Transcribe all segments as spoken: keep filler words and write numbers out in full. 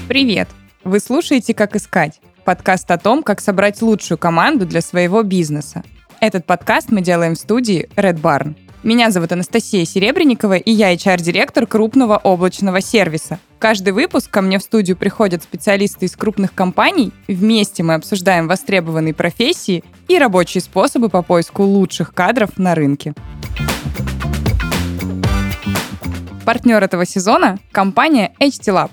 Привет! Вы слушаете «Как искать» – подкаст о том, как собрать лучшую команду для своего бизнеса. Этот подкаст мы делаем в студии Red Barn. Меня зовут Анастасия Серебренникова, и я эйч ар-директор крупного облачного сервиса. Каждый выпуск ко мне в студию приходят специалисты из крупных компаний. Вместе мы обсуждаем востребованные профессии и рабочие способы по поиску лучших кадров на рынке. Партнер этого сезона – компания эйч ти Lab.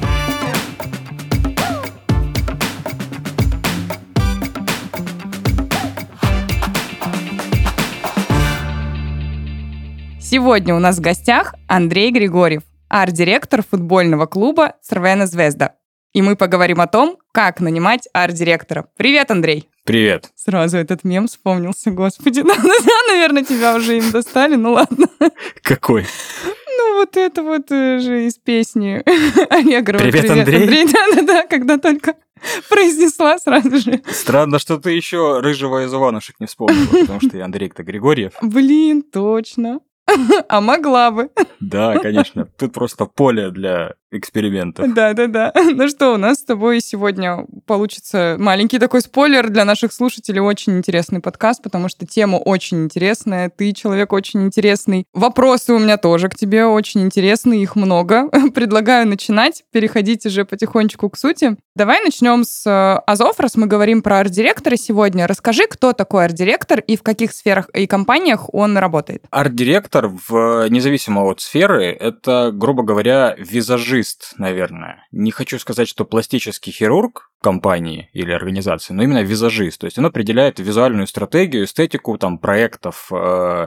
Сегодня у нас в гостях Андрей Григорьев, арт-директор футбольного клуба «Црвена Звезда». И мы поговорим о том, как нанимать арт-директора. Привет, Андрей! Привет! Сразу этот мем вспомнился, господи. Да, наверное, тебя уже им достали, ну ладно. Какой? Ну, вот это вот же из песни Аллегрова. Привет, Привет, Андрей! Андрей. Да-да-да, когда только произнесла сразу же. Странно, что ты еще рыжего из Иванушек не вспомнила, потому что я Андрей-то Григорьев. Блин, точно. А могла бы. Да, конечно. Тут просто поле для экспериментов. Да-да-да. Ну что, у нас с тобой сегодня получится маленький такой спойлер для наших слушателей. Очень интересный подкаст, потому что тема очень интересная. Ты человек очень интересный. Вопросы у меня тоже к тебе очень интересные, их много. Предлагаю начинать, переходить уже потихонечку к сути. Давай начнем с азов, раз мы говорим про арт-директора сегодня. Расскажи, кто такой арт-директор и в каких сферах и компаниях он работает. Арт-директор, в, независимо от сферы, это, грубо говоря, визажист, наверное. Не хочу сказать, что пластический хирург компании или организации, но именно визажист. То есть он определяет визуальную стратегию, эстетику там, проектов, э,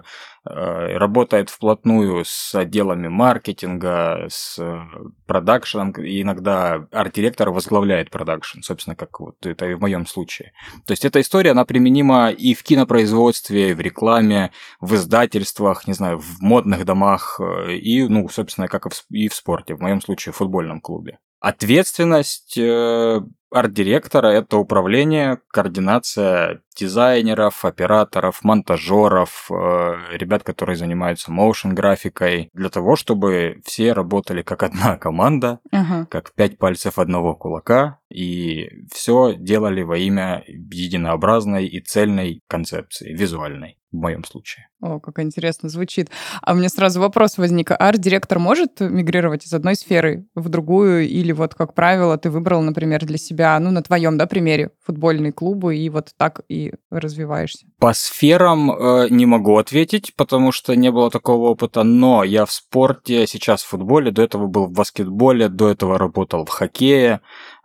э, работает вплотную с отделами маркетинга, с продакшеном. Иногда арт-директор возглавляет продакшн, собственно, как вот это и в моем случае. То есть эта история, она применима и в кинопроизводстве, и в рекламе, в издательствах, не знаю, в модных домах, и, ну, собственно, как и в спорте, в моем случае в футбольном клубе. Ответственность э, арт-директора – это управление, координация дизайнеров, операторов, монтажеров, э, ребят, которые занимаются моушн-графикой, для того, чтобы все работали как одна команда, uh-huh. как пять пальцев одного кулака, и все делали во имя единообразной и цельной концепции, визуальной. В моем случае. О, как интересно звучит. А у меня сразу вопрос возник. Арт-директор может мигрировать из одной сферы в другую? Или вот, как правило, ты выбрал, например, для себя, ну, на твоем, да, примере, футбольные клубы, и вот так и развиваешься? По сферам э, не могу ответить, потому что не было такого опыта, но я в спорте, сейчас в футболе, до этого был в баскетболе, до этого работал в хоккее.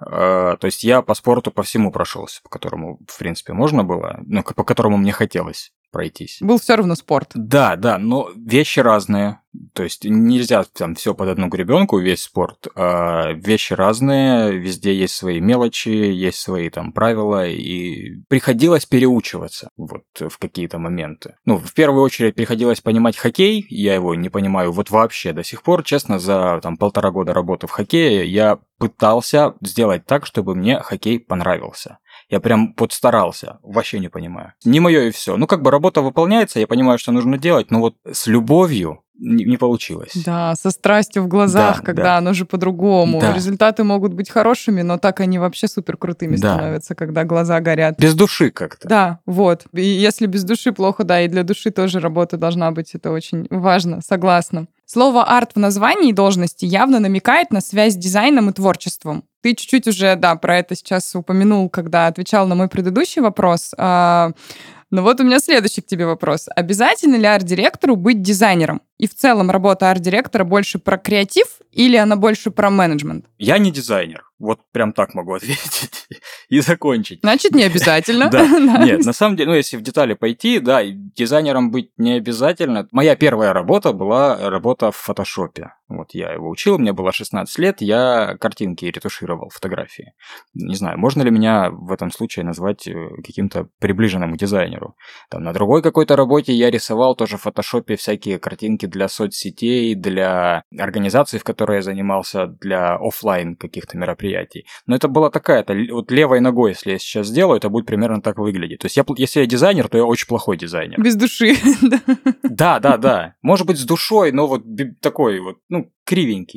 Э, то есть я по спорту по всему прошелся, по которому, в принципе, можно было, но по которому мне хотелось пройтись. Был все равно спорт. Да, да, но вещи разные. То есть нельзя там все под одну гребенку, весь спорт. А вещи разные, везде есть свои мелочи, есть свои там правила, и приходилось переучиваться вот в какие-то моменты. Ну, в первую очередь приходилось понимать хоккей, я его не понимаю вот вообще до сих пор. Честно, за там полтора года работы в хоккее я пытался сделать так, чтобы мне хоккей понравился. Я прям вот старался, вообще не понимаю. Не мое и все. Ну, как бы работа выполняется, я понимаю, что нужно делать, но вот с любовью не, не получилось. Да, со страстью в глазах, да, когда да. оно же по-другому. Да. Результаты могут быть хорошими, но так они вообще супер крутыми да. становятся, когда глаза горят. Без души как-то. Да, вот. И если без души плохо, да, и для души тоже работа должна быть. Это очень важно, согласна. Слово «арт» в названии должности явно намекает на связь с дизайном и творчеством. Ты чуть-чуть уже, да, про это сейчас упомянул, когда отвечал на мой предыдущий вопрос. Но вот у меня следующий к тебе вопрос. Обязательно ли арт-директору быть дизайнером? И в целом работа арт-директора больше про креатив или она больше про менеджмент? Я не дизайнер. Вот прям так могу ответить и закончить. Значит, не обязательно. Да, нет, на самом деле, ну, если в детали пойти, да, дизайнером быть не обязательно. Моя первая работа была работа в фотошопе. Вот я его учил, мне было шестнадцать лет, я картинки ретушировал, фотографии. Не знаю, можно ли меня в этом случае назвать каким-то приближенным к дизайнеру. Там на другой какой-то работе я рисовал тоже в фотошопе всякие картинки для соцсетей, для организаций, в которой я занимался, для офлайн каких-то мероприятий. Но это была такая-то, вот левой ногой, если я сейчас сделаю, это будет примерно так выглядеть. То есть я, если я дизайнер, то я очень плохой дизайнер. Без души. Да, да, да. Может быть, с душой, но вот такой вот, ну, кривенький.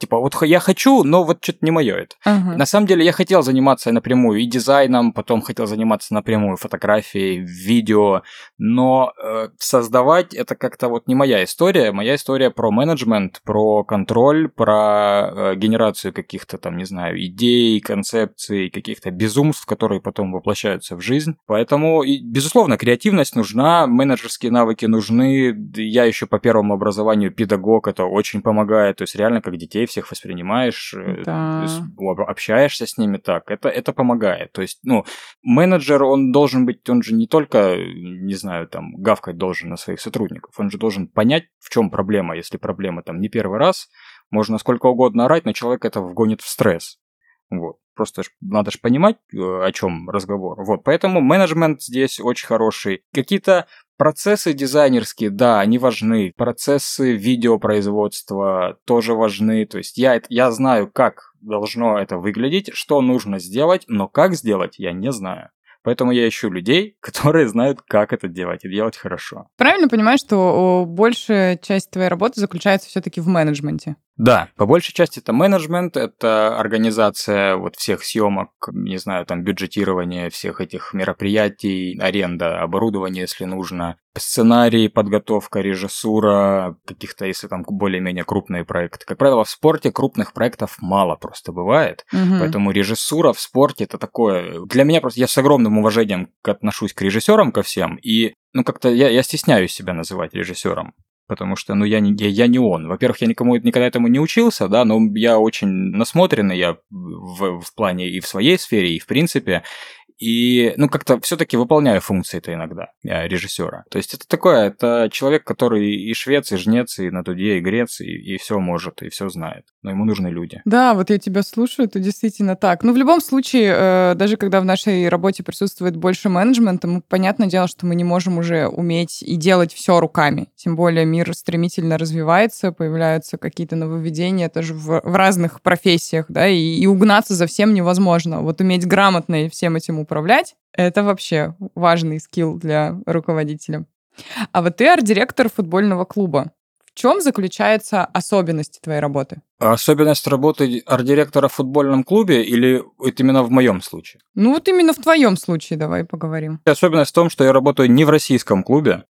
типа, вот я хочу, но вот что-то не мое это. Ага. На самом деле я хотел заниматься напрямую и дизайном, потом хотел заниматься напрямую фотографией, видео, но э, создавать это как-то вот не моя история. Моя история про менеджмент, про контроль, про э, генерацию каких-то там, не знаю, идей, концепций, каких-то безумств, которые потом воплощаются в жизнь. Поэтому, и, безусловно, креативность нужна, менеджерские навыки нужны. Я еще по первому образованию педагог, это очень помогает. То есть реально как детей всех воспринимаешь, Да. общаешься с ними так. Это, это помогает. То есть, ну, менеджер, он должен быть, он же не только, не знаю, там, гавкать должен на своих сотрудников, он же должен понять, в чем проблема. Если проблема там не первый раз, можно сколько угодно орать, но человек это вгонит в стресс. Вот. Просто ж, надо же понимать, о чем разговор. Вот. Поэтому менеджмент здесь очень хороший. Какие-то процессы дизайнерские, да, они важны. Процессы видеопроизводства тоже важны. То есть я, я знаю, как должно это выглядеть, что нужно сделать, но как сделать, я не знаю. Поэтому я ищу людей, которые знают, как это делать и делать хорошо. Правильно понимаю, что большая часть твоей работы заключается все-таки в менеджменте? Да, по большей части это менеджмент, это организация вот всех съемок, не знаю, там бюджетирование всех этих мероприятий, аренда оборудования, если нужно, сценарий, подготовка, режиссура, каких-то, если там более-менее крупные проекты. Как правило, в спорте крупных проектов мало просто бывает, угу. Поэтому режиссура в спорте это такое... Для меня просто я с огромным уважением отношусь к режиссерам ко всем, и ну как-то я, я стесняюсь себя называть режиссером. Потому что, ну, я не, я, я не он. Во-первых, я никому никогда этому не учился, да, но я очень насмотренный, я в, в плане и в своей сфере, и в принципе. И, ну, как-то все-таки выполняю функции-то иногда режиссера. То есть это такое, это человек, который и швец, и жнец, и на дуде, и грец, и, и все может, и все знает. Но ему нужны люди. Да, вот я тебя слушаю, это действительно так. Ну, в любом случае, даже когда в нашей работе присутствует больше менеджмента, мы, понятное дело, что мы не можем уже уметь и делать все руками. Тем более мир стремительно развивается, появляются какие-то нововведения тоже в, в разных профессиях, да, и, и угнаться за всем невозможно. Вот уметь грамотно всем этим управлять, это вообще важный скилл для руководителя. А вот ты арт-директор футбольного клуба. В чем заключается особенность твоей работы? Особенность работы арт-директора в футбольном клубе или это именно в моем случае? Ну вот именно в твоем случае давай поговорим. Особенность в том, что я работаю не в российском клубе,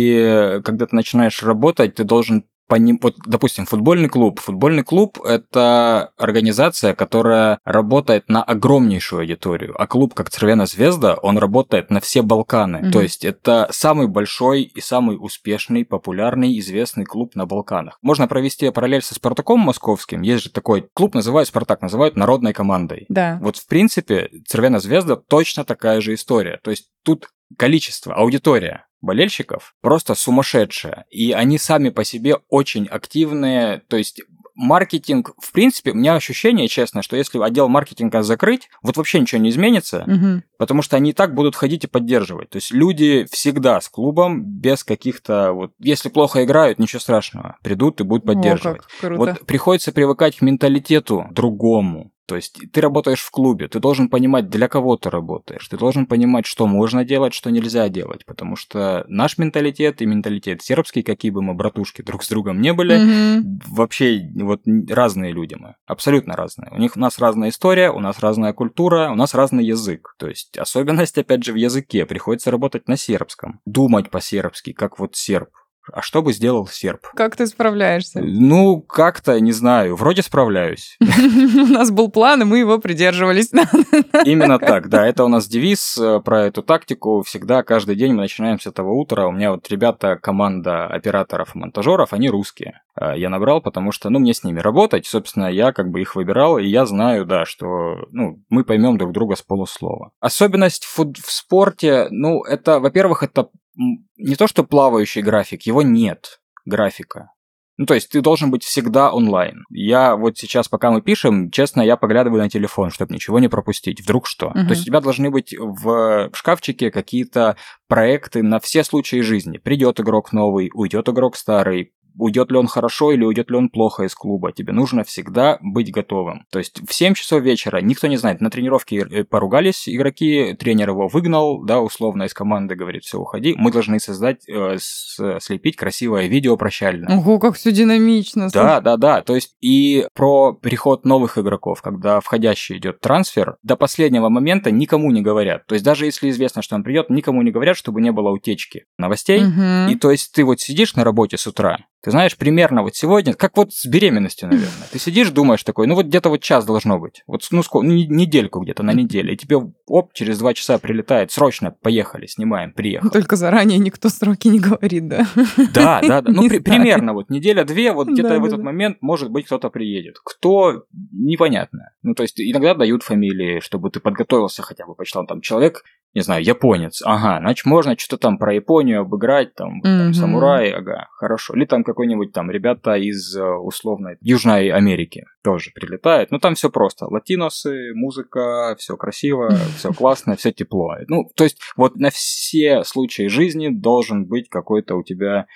и когда ты начинаешь работать, ты должен по ним, вот, допустим, футбольный клуб. Футбольный клуб – это организация, которая работает на огромнейшую аудиторию, а клуб, как Цервена Звезда, он работает на все Балканы. Mm-hmm. То есть это самый большой и самый успешный, популярный, известный клуб на Балканах. Можно провести параллель со Спартаком московским. Есть же такой клуб, называют Спартак, называют народной командой. Да. Вот, в принципе, Цервена Звезда точно такая же история. То есть тут количество, аудитория болельщиков просто сумасшедшая. И они сами по себе очень активные. То есть маркетинг, в принципе, у меня ощущение, честно, что если отдел маркетинга закрыть, вот вообще ничего не изменится, угу. потому что они и так будут ходить и поддерживать. То есть люди всегда с клубом, без каких-то... вот если плохо играют, ничего страшного. Придут и будут поддерживать. О, как круто. Вот приходится привыкать к менталитету другому. То есть ты работаешь в клубе, ты должен понимать, для кого ты работаешь, ты должен понимать, что можно делать, что нельзя делать, потому что наш менталитет и менталитет сербский, какие бы мы братушки друг с другом не были, mm-hmm. вообще вот разные люди мы, абсолютно разные. У них у нас разная история, у нас разная культура, у нас разный язык. То есть особенность, опять же, в языке, приходится работать на сербском, думать по-сербски, как вот серб. А что бы сделал серб? Как ты справляешься? Ну, как-то, не знаю, вроде справляюсь. У нас был план, и мы его придерживались. Именно так, да, это у нас девиз про эту тактику. Всегда, каждый день мы начинаем с этого утра. У меня вот ребята, команда операторов и монтажеров, они русские. Я набрал, потому что, ну, мне с ними работать, собственно, я как бы их выбирал, и я знаю, да, что, ну, мы поймем друг друга с полуслова. Особенность в, в спорте, ну, это, во-первых, это не то, что плавающий график, его нет, графика. Ну, то есть ты должен быть всегда онлайн. Я вот сейчас, пока мы пишем, честно, я поглядываю на телефон, чтобы ничего не пропустить. Вдруг что? Uh-huh. То есть у тебя должны быть в шкафчике какие-то проекты на все случаи жизни. Придет игрок новый, уйдет игрок старый. уйдет ли он хорошо или уйдет ли он плохо из клуба. Тебе нужно всегда быть готовым. То есть в семь часов вечера никто не знает. На тренировке поругались игроки, тренер его выгнал, да, условно из команды говорит, все, уходи. Мы должны создать, э, слепить красивое видео прощальное. Ого, как все динамично. Да, да, да. То есть и про приход новых игроков, когда входящий идет трансфер, до последнего момента никому не говорят. То есть даже если известно, что он придет, никому не говорят, чтобы не было утечки новостей. Угу. И то есть ты вот сидишь на работе с утра, ты знаешь, примерно вот сегодня, как вот с беременностью, наверное. Ты сидишь, думаешь такой, ну вот где-то вот час должно быть. Вот, ну сколько, ну, недельку где-то на неделе. И тебе, оп, через два часа прилетает, срочно, поехали, снимаем, приехал. Только заранее никто сроки не говорит, да? Да, да, да. Ну, при, примерно вот неделя-две, вот где-то да, в этот да. момент, может быть, кто-то приедет. Кто, непонятно. Ну, то есть иногда дают фамилии, чтобы ты подготовился хотя бы, почитал там человек, не знаю, японец, ага, значит, можно что-то там про Японию обыграть, там, mm-hmm. там самурай, ага, хорошо. Или там какой-нибудь там ребята из условной Южной Америки тоже прилетают. Ну, там все просто. Латиносы, музыка, все красиво, все классно, все тепло. Ну, то есть вот на все случаи жизни должен быть какой-то у тебя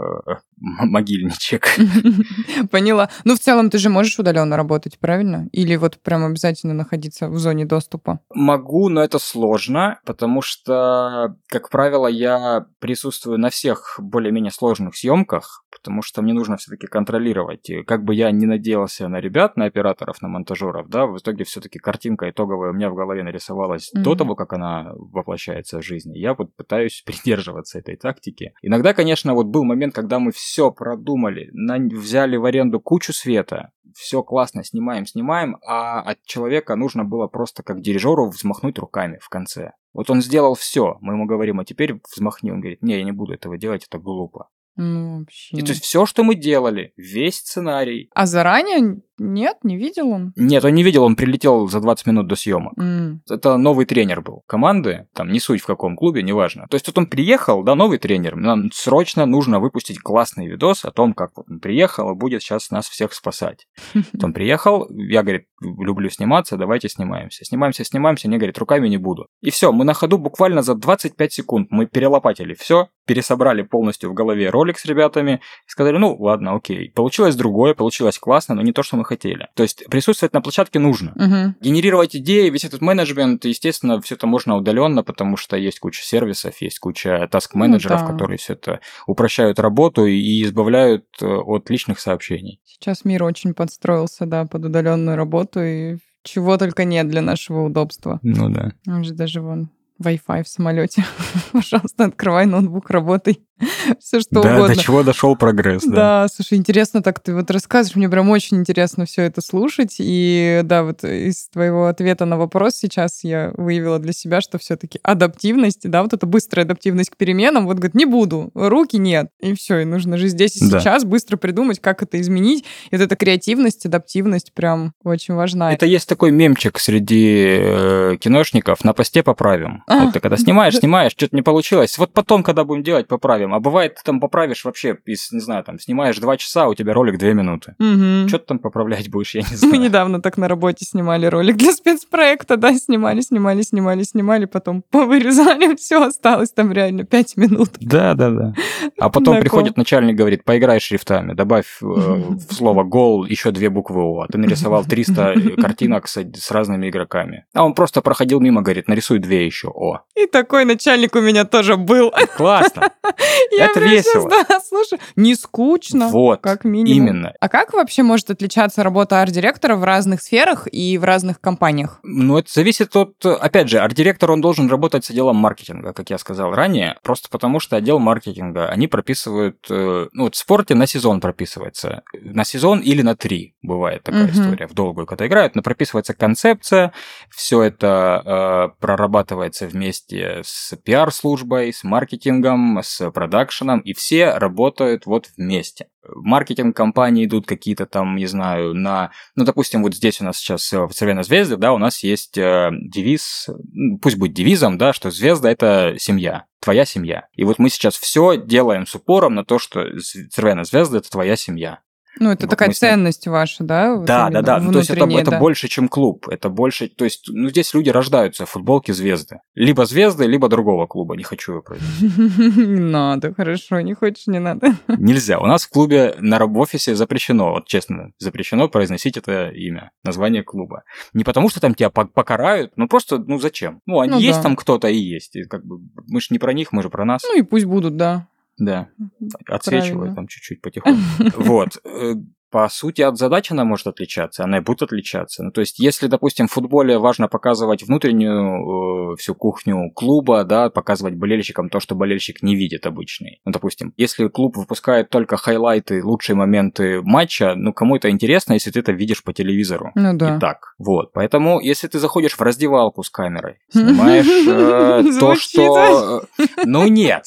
могильничек. Поняла. Ну, в целом, ты же можешь удаленно работать, правильно? Или вот прям обязательно находиться в зоне доступа? Могу, но это сложно, потому что, как правило, я присутствую на всех более-менее сложных съемках, потому что мне нужно все-таки контролировать. И как бы я не надеялся на ребят, на операторов, на монтажеров, да, в итоге все-таки картинка итоговая у меня в голове нарисовалась mm-hmm. до того, как она воплощается в жизни. Я вот пытаюсь придерживаться этой тактики. Иногда, конечно, вот был момент, когда мы все продумали, на... взяли в аренду кучу света, все классно, снимаем, снимаем, а от человека нужно было просто как дирижеру взмахнуть руками в конце. Вот он сделал все, мы ему говорим, а теперь взмахни. Он говорит, не, я не буду этого делать, это глупо. Ну, вообще. И то есть все, что мы делали, весь сценарий. А заранее нет, не видел он? Нет, он не видел, он прилетел за двадцать минут до съемок. Mm. Это новый тренер был команды, там не суть в каком клубе, неважно. То есть вот он приехал, да, новый тренер, нам срочно нужно выпустить классный видос о том, как вот он приехал и будет сейчас нас всех спасать. Вот он приехал, я, говорит, люблю сниматься, давайте снимаемся. Снимаемся, снимаемся, мне, говорит, руками не буду. И все, мы на ходу буквально за двадцать пять секунд мы перелопатили все, пересобрали полностью в голове ролик с ребятами и сказали, ну ладно, окей. Получилось другое, получилось классно, но не то, что мы хотели. То есть присутствовать на площадке нужно. Uh-huh. Генерировать идеи, весь этот менеджмент, естественно, все это можно удаленно, потому что есть куча сервисов, есть куча таск-менеджеров, ну, да. которые все это упрощают работу и избавляют от личных сообщений. Сейчас мир очень подстроился, да, под удаленную работу, и чего только нет для нашего удобства. Ну да. Он же даже вон Wi-Fi в самолете. Пожалуйста, открывай ноутбук, работай. Все что да, угодно. До чего дошел прогресс, да. Да, слушай, интересно, так ты вот рассказываешь, мне прям очень интересно все это слушать. И да, вот из твоего ответа на вопрос сейчас я выявила для себя, что все-таки адаптивность, да, вот эта быстрая адаптивность к переменам, вот говорит, не буду, руки нет. И все, и нужно же здесь и да. сейчас быстро придумать, как это изменить. И вот эта креативность, адаптивность прям очень важна. Это есть такой мемчик среди э, киношников, на посте поправим. А, вот ты когда снимаешь, снимаешь, что-то не получилось. Вот потом, когда будем делать, поправим. А бывает, ты там поправишь вообще, из, не знаю, там, снимаешь два часа, а у тебя ролик две минуты. Угу. Что ты там поправлять будешь, я не знаю. Мы недавно так на работе снимали ролик для спецпроекта, да, снимали, снимали, снимали, снимали, потом повырезали, все осталось там реально пять минут. Да, да, да. А потом приходит начальник, говорит, поиграй шрифтами, добавь э, в слово «гол» еще две буквы «о». Ты нарисовал триста картинок с, с разными игроками. А он просто проходил мимо, говорит, нарисуй две еще «о». И такой начальник у меня тоже был. Классно. Я это весело. Сейчас, да, слушай, не скучно, вот, как минимум. Именно. А как вообще может отличаться работа арт-директора в разных сферах и в разных компаниях? Ну, это зависит от... Опять же, арт-директор, он должен работать с отделом маркетинга, как я сказал ранее, просто потому что отдел маркетинга, они прописывают... Ну, вот в спорте на сезон прописывается. На сезон или на три бывает такая uh-huh. история. В долгую, когда играют, но прописывается концепция, все это э, прорабатывается вместе с пиар-службой, с маркетингом, с продакшеном, и все работают вот вместе. В маркетинг компании идут какие-то там, не знаю, на... Ну, допустим, вот здесь у нас сейчас в «Цервена звезды», да, у нас есть э, девиз, пусть будет девизом, да, что звезда – это семья, твоя семья. И вот мы сейчас все делаем с упором на то, что «Цервена звезда» – это твоя семья. Ну, это Вот такая мы с ним- ценность ваша, да? вот Да, да, именно да. Ну, то есть это, внутренняя, это да. больше, чем клуб. Это больше. То есть, ну, здесь люди рождаются в футболке звезды. Либо звезды, либо другого клуба. Не хочу его произносить. Не надо, хорошо, не хочешь, не надо. Нельзя. У нас в клубе на раб- в офисе запрещено, вот честно, запрещено произносить это имя, название клуба. Не потому, что там тебя по- покарают, ну просто, ну зачем? Ну, они Ну есть да. там кто-то и есть. И как бы мы же не про них, мы же про нас. Ну и пусть будут, да. Да. Отсвечиваю Правильно. там чуть-чуть потихоньку. Вот. Э, По сути, от задач она может отличаться, она и будет отличаться. Ну, то есть, если, допустим, в футболе важно показывать внутреннюю э, всю кухню клуба, да, показывать болельщикам то, что болельщик не видит обычный. Ну, допустим, если клуб выпускает только хайлайты, лучшие моменты матча, ну, кому это интересно, если ты это видишь по телевизору? Ну да. И так. Вот. Поэтому, если ты заходишь в раздевалку с камерой, снимаешь э, то, Звучит. что... э, Ну, нет.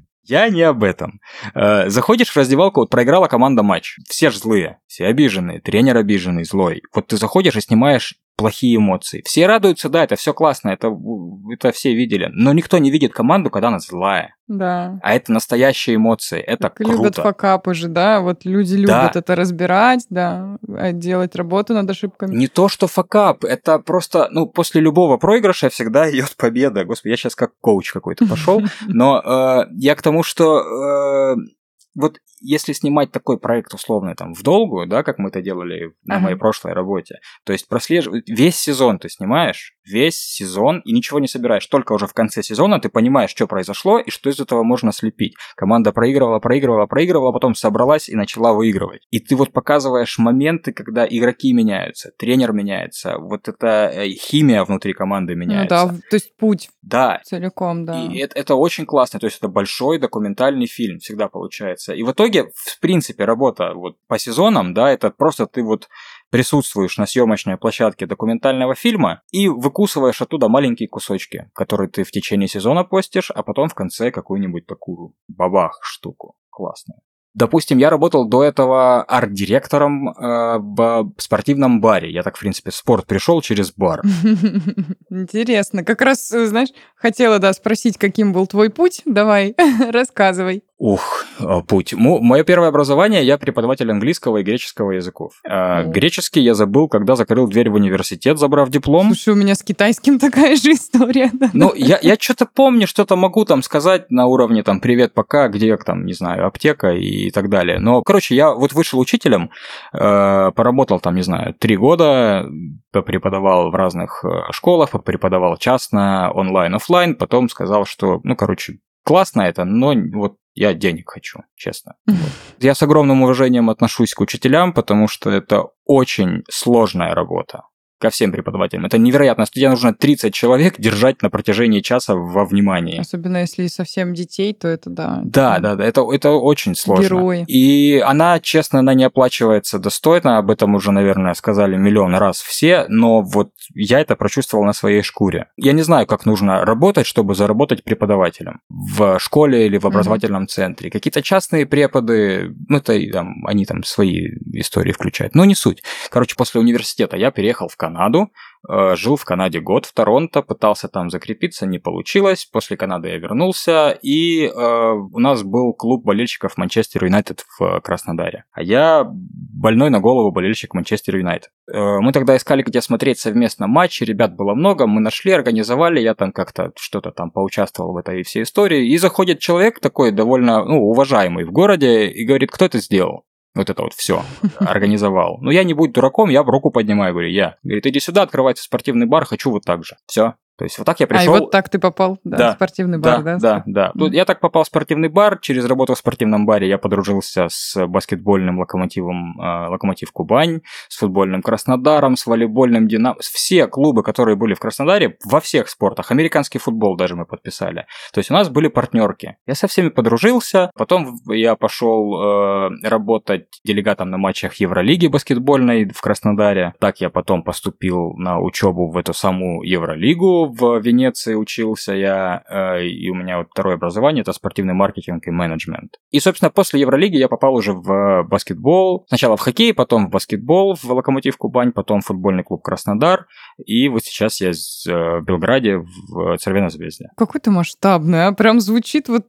Я не об этом. Э, Заходишь в раздевалку, вот проиграла команда матч. Все ж злые, все обиженные, тренер обиженный, злой. Вот ты заходишь и снимаешь плохие эмоции. Все радуются, да, это все классно, это, это все видели. Но никто не видит команду, когда она злая. Да. А это настоящие эмоции, это Так любят круто. факапы же, да? Вот люди любят это разбирать, да, а делать работу над ошибками. Не то, что факап, это просто, ну, после любого проигрыша всегда идет победа. Господи, я сейчас как коуч какой-то пошел. Но э, я к тому, что э, вот если снимать такой проект условный там в долгую, да, как мы это делали на Ага. моей прошлой работе, то есть прослеживать весь сезон ты снимаешь, весь сезон и ничего не собираешь, только уже в конце сезона ты понимаешь, что произошло и что из этого можно слепить. Команда проигрывала, проигрывала, проигрывала, потом собралась и начала выигрывать. И ты вот показываешь моменты, когда игроки меняются, тренер меняется, вот эта э, химия внутри команды Ну меняется. да, в- то есть путь Да, целиком, да. и это, это очень классно, то есть это большой документальный фильм всегда получается. И в итоге, в принципе, работа вот по сезонам, да, это просто ты вот присутствуешь на съемочной площадке документального фильма и выкусываешь оттуда маленькие кусочки, которые ты в течение сезона постишь, а потом в конце какую-нибудь такую бабах штуку. Классную. Допустим, я работал до этого арт-директором э, в спортивном баре. Я так, в принципе, в спорт пришел через бар. Интересно. Как раз, э, знаешь, хотела, да, спросить, каким был твой путь. Давай, рассказывай. Ух, э, путь. Мое первое образование, я преподаватель английского и греческого языков. Э, О. Греческий я забыл, когда закрыл дверь в университет, забрав диплом. Слушай, у меня с китайским такая же история. да. Ну, я, я что-то помню, что-то могу там сказать на уровне там «привет, пока», где там, не знаю, аптека и так далее. Но, короче, я вот вышел учителем, э, поработал там, не знаю, три года, преподавал в разных э, школах, преподавал частно, онлайн, офлайн, потом сказал, что, ну, короче, классно это, но вот я денег хочу, честно. Вот. Я с огромным уважением отношусь к учителям, потому что это очень сложная работа. Ко всем преподавателям. Это невероятно. Тебе нужно тридцать человек держать на протяжении часа во внимании. Особенно если совсем детей, то это да. Да, это да, да, это, это очень сложно. Герои. И она, честно, она не оплачивается достойно, об этом уже, наверное, сказали миллион раз все, но вот я это прочувствовал на своей шкуре. Я не знаю, как нужно работать, чтобы заработать преподавателем в школе или в образовательном mm-hmm. центре. Какие-то частные преподы, ну, это там, они там свои истории включают, но не суть. Короче, после университета я переехал в Канаду, жил в Канаде год, в Торонто, пытался там закрепиться, не получилось. После Канады я вернулся, и э, у нас был клуб болельщиков Манчестер Юнайтед в Краснодаре. А я больной на голову болельщик Манчестер Юнайтед. Э, мы тогда искали, где смотреть совместно матчи, ребят было много, мы нашли, организовали, я там как-то что-то там поучаствовал в этой всей истории. И заходит человек такой довольно ну, уважаемый в городе и говорит, кто это сделал? Вот это вот все организовал. Ну, я не будь дураком, я в руку поднимаю, говорю, я. Говорит, иди сюда, открывается спортивный бар, хочу вот так же. Все. То есть вот так я пришел. А, и вот так ты попал да, да, в спортивный бар, да? Да, да, да. Mm. Я так попал в спортивный бар, через работу в спортивном баре я подружился с баскетбольным локомотивом э, Локомотив Кубань, с футбольным Краснодаром, с волейбольным Динамо. Все клубы, которые были в Краснодаре, во всех спортах, американский футбол даже мы подписали. То есть у нас были партнерки. Я со всеми подружился, потом я пошел э, работать делегатом на матчах Евролиги баскетбольной в Краснодаре. Так я потом поступил на учебу в эту саму Евролигу. В Венеции учился я, э, и у меня вот второе образование – это спортивный маркетинг и менеджмент. И, собственно, после Евролиги я попал уже в баскетбол. Сначала в хоккей, потом в баскетбол, в Локомотив Кубань, потом в футбольный клуб Краснодар. И вот сейчас я в Белграде в Цервена Звезде. Какой ты масштабный, а? Прям звучит вот, ну, супер круто.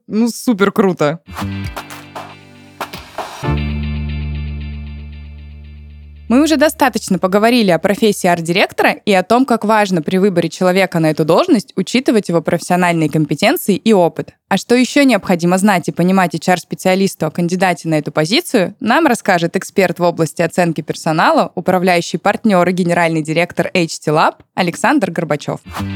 Мы уже достаточно поговорили о профессии арт-директора и о том, как важно при выборе человека на эту должность учитывать его профессиональные компетенции и опыт. А что еще необходимо знать и понимать эйч ар-специалисту о кандидате на эту позицию, нам расскажет эксперт в области оценки персонала, управляющий партнер и генеральный директор эйч ти Lab Александр Горбачев.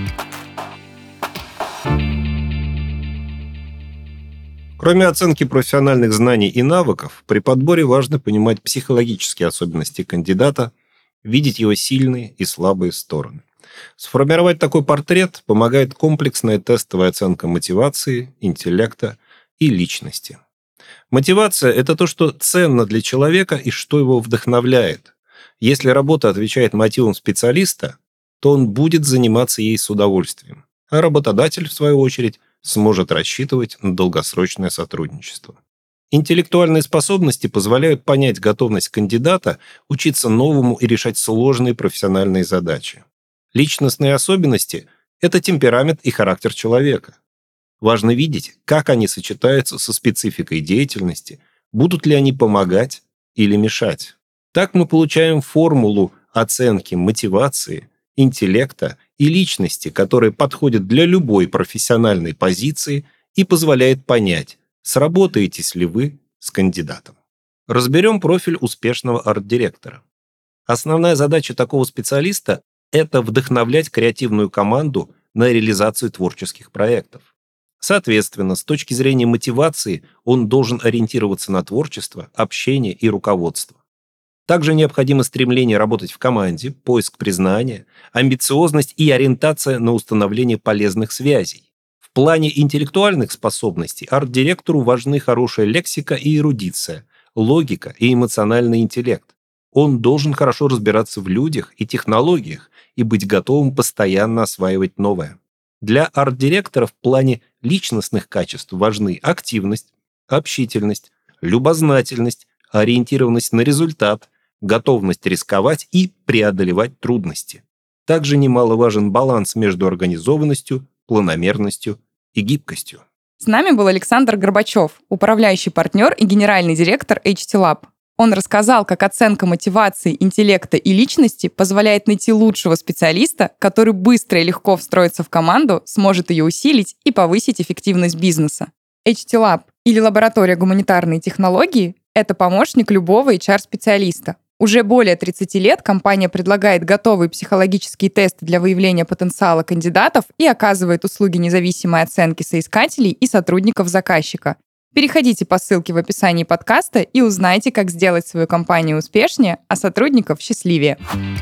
Кроме оценки профессиональных знаний и навыков, при подборе важно понимать психологические особенности кандидата, видеть его сильные и слабые стороны. Сформировать такой портрет помогает комплексная тестовая оценка мотивации, интеллекта и личности. Мотивация – это то, что ценно для человека и что его вдохновляет. Если работа отвечает мотивам специалиста, то он будет заниматься ей с удовольствием, а работодатель, в свою очередь, сможет рассчитывать на долгосрочное сотрудничество. Интеллектуальные способности позволяют понять готовность кандидата учиться новому и решать сложные профессиональные задачи. Личностные особенности – это темперамент и характер человека. Важно видеть, как они сочетаются со спецификой деятельности, будут ли они помогать или мешать. Так мы получаем формулу оценки мотивации, интеллекта и личности, которая подходит для любой профессиональной позиции и позволяет понять, сработаетесь ли вы с кандидатом. Разберем профиль успешного арт-директора. Основная задача такого специалиста – это вдохновлять креативную команду на реализацию творческих проектов. Соответственно, с точки зрения мотивации он должен ориентироваться на творчество, общение и руководство. Также необходимо стремление работать в команде, поиск признания, амбициозность и ориентация на установление полезных связей. В плане интеллектуальных способностей арт-директору важны хорошая лексика и эрудиция, логика и эмоциональный интеллект. Он должен хорошо разбираться в людях и технологиях и быть готовым постоянно осваивать новое. Для арт-директора в плане личностных качеств важны активность, общительность, любознательность, ориентированность на результат, готовность рисковать и преодолевать трудности. Также немаловажен баланс между организованностью, планомерностью и гибкостью. С нами был Александр Горбачев, управляющий партнер и генеральный директор эйч ти Lab. Он рассказал, как оценка мотивации, интеллекта и личности позволяет найти лучшего специалиста, который быстро и легко встроится в команду, сможет ее усилить и повысить эффективность бизнеса. эйч ти Lab или лаборатория гуманитарной технологии – это помощник любого эйч ар-специалиста. Уже более тридцати лет компания предлагает готовые психологические тесты для выявления потенциала кандидатов и оказывает услуги независимой оценки соискателей и сотрудников заказчика. Переходите по ссылке в описании подкаста и узнайте, как сделать свою компанию успешнее, а сотрудников счастливее.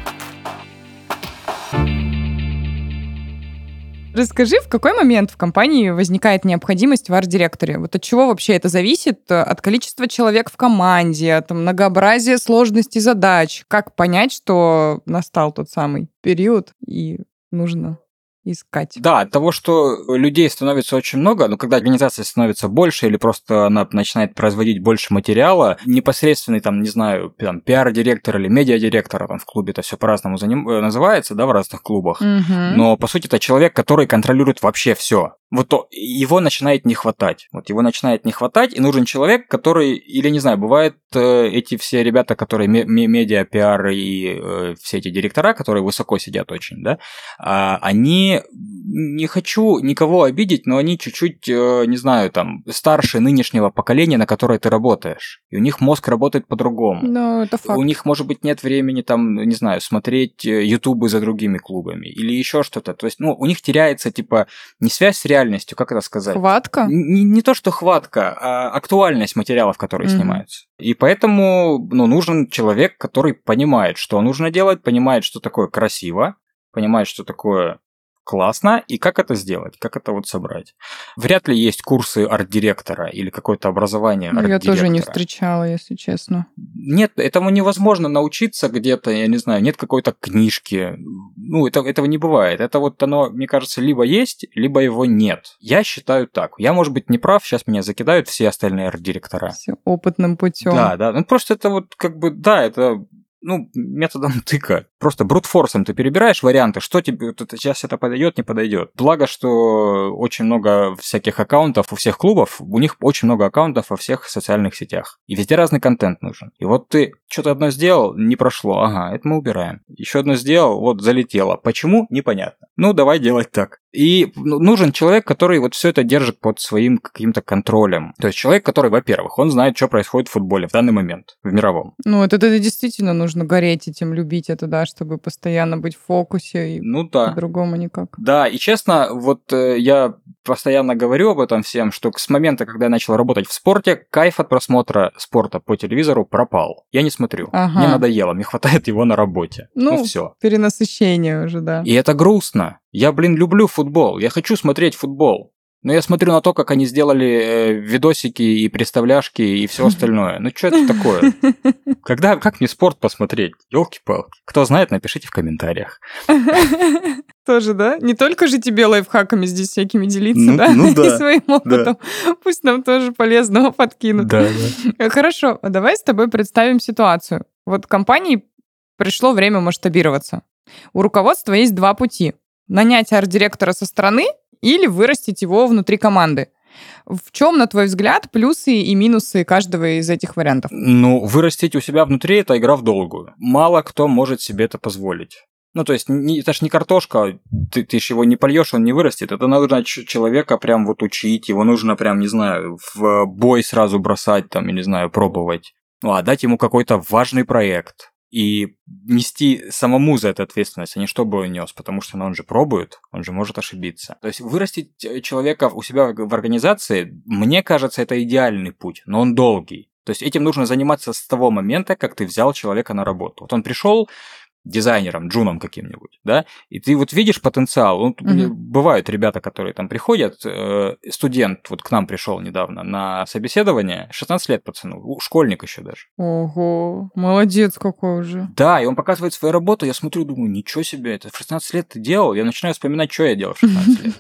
Расскажи, в какой момент в компании возникает необходимость в арт-директоре? Вот от чего вообще это зависит? От количества человек в команде, от многообразия сложностей задач? Как понять, что настал тот самый период и нужно искать? Да, от того, что людей становится очень много, но когда организация становится больше или просто она начинает производить больше материала, непосредственный, там, не знаю, там, пиар-директор или медиа-директор, там в клубе это все по-разному заним... называется, да, в разных клубах, Угу. но, по сути, это человек, который контролирует вообще все. Вот то, его начинает не хватать. Вот его начинает не хватать, и нужен человек, который, или, не знаю, бывает э, эти все ребята, которые ме- медиа, пиар и э, все эти директора, которые высоко сидят очень, да, э, они, не хочу никого обидеть, но они чуть-чуть, э, не знаю, там, старше нынешнего поколения, на которое ты работаешь. И у них мозг работает по-другому. Ну, это факт. У них, может быть, нет времени, там, не знаю, смотреть ютубы за другими клубами или еще что-то. То есть, ну, у них теряется, типа, не связь с реальностью, как это сказать? Хватка? Не, не то, что хватка, а актуальность материалов, которые mm-hmm. снимаются. И поэтому ну, нужен человек, который понимает, что нужно делать, понимает, что такое красиво, понимает, что такое классно, и как это сделать, как это вот собрать. Вряд ли есть курсы арт-директора или какое-то образование арт-директора. Я тоже не встречала, если честно. Нет, этому невозможно научиться где-то, я не знаю, нет какой-то книжки. Ну, это, этого не бывает. Это вот оно, мне кажется, либо есть, либо его нет. Я считаю так. Я, может быть, не прав, сейчас меня закидают все остальные арт-директора. Все опытным путем. Да, да. Ну, просто это вот как бы, да, это... Ну, методом тыка. Просто брутфорсом ты перебираешь варианты, что тебе сейчас это подойдет, не подойдет. Благо, что очень много всяких аккаунтов у всех клубов, у них очень много аккаунтов во всех социальных сетях. И везде разный контент нужен. И вот ты что-то одно сделал, не прошло, ага, это мы убираем. Еще одно сделал, вот залетело. Почему? Непонятно. Ну, давай делать так. И нужен человек, который вот все это держит под своим каким-то контролем. То есть человек, который, во-первых, он знает, что происходит в футболе в данный момент, в мировом. Ну, это, это действительно нужно гореть этим, любить это, да, чтобы постоянно быть в фокусе. И ну да. По-другому никак. Да, и честно, вот э, я постоянно говорю об этом всем, что с момента, когда я начал работать в спорте, кайф от просмотра спорта по телевизору пропал. Я не смотрю. Ага. Мне надоело, мне хватает его на работе. Ну, ну все. Перенасыщение уже, да. И это грустно. Я, блин, люблю футбол. Я хочу смотреть футбол. Но я смотрю на то, как они сделали э, видосики и представляшки и все остальное. Ну, что это такое? Когда, как мне спорт посмотреть? Ёлки-палки. Кто знает, напишите в комментариях. Тоже, да? Не только же тебе лайфхаками здесь всякими делиться, ну, да? Ну да. И своим опытом. Да. Пусть нам тоже полезного подкинут. Да, да. Хорошо, давай с тобой представим ситуацию. Вот компании пришло время масштабироваться. У руководства есть два пути. Нанять арт-директора со стороны или вырастить его внутри команды. В чем, на твой взгляд, плюсы и минусы каждого из этих вариантов? Ну, вырастить у себя внутри – это игра в долгую. Мало кто может себе это позволить. Ну, то есть, не, это ж не картошка, ты, ты ж его не польешь, он не вырастет. Это нужно человека прям вот учить, его нужно прям, не знаю, в бой сразу бросать, там, я не знаю, пробовать. Ну, а дать ему какой-то важный проект. И нести самому за это ответственность, а не чтобы он нес, потому что ну, он же пробует, он же может ошибиться. То есть вырастить человека у себя в организации, мне кажется, это идеальный путь, но он долгий. То есть этим нужно заниматься с того момента, как ты взял человека на работу. Вот он пришел дизайнером, джуном каким-нибудь, да, и ты вот видишь потенциал. Вот, uh-huh. Бывают ребята, которые там приходят, э, студент вот к нам пришел недавно на собеседование, шестнадцать лет пацану, школьник еще даже. Ого, молодец какой уже. Да, и он показывает свою работу, я смотрю, думаю, ничего себе, это в шестнадцать лет ты делал, я начинаю вспоминать, что я делал в шестнадцать лет.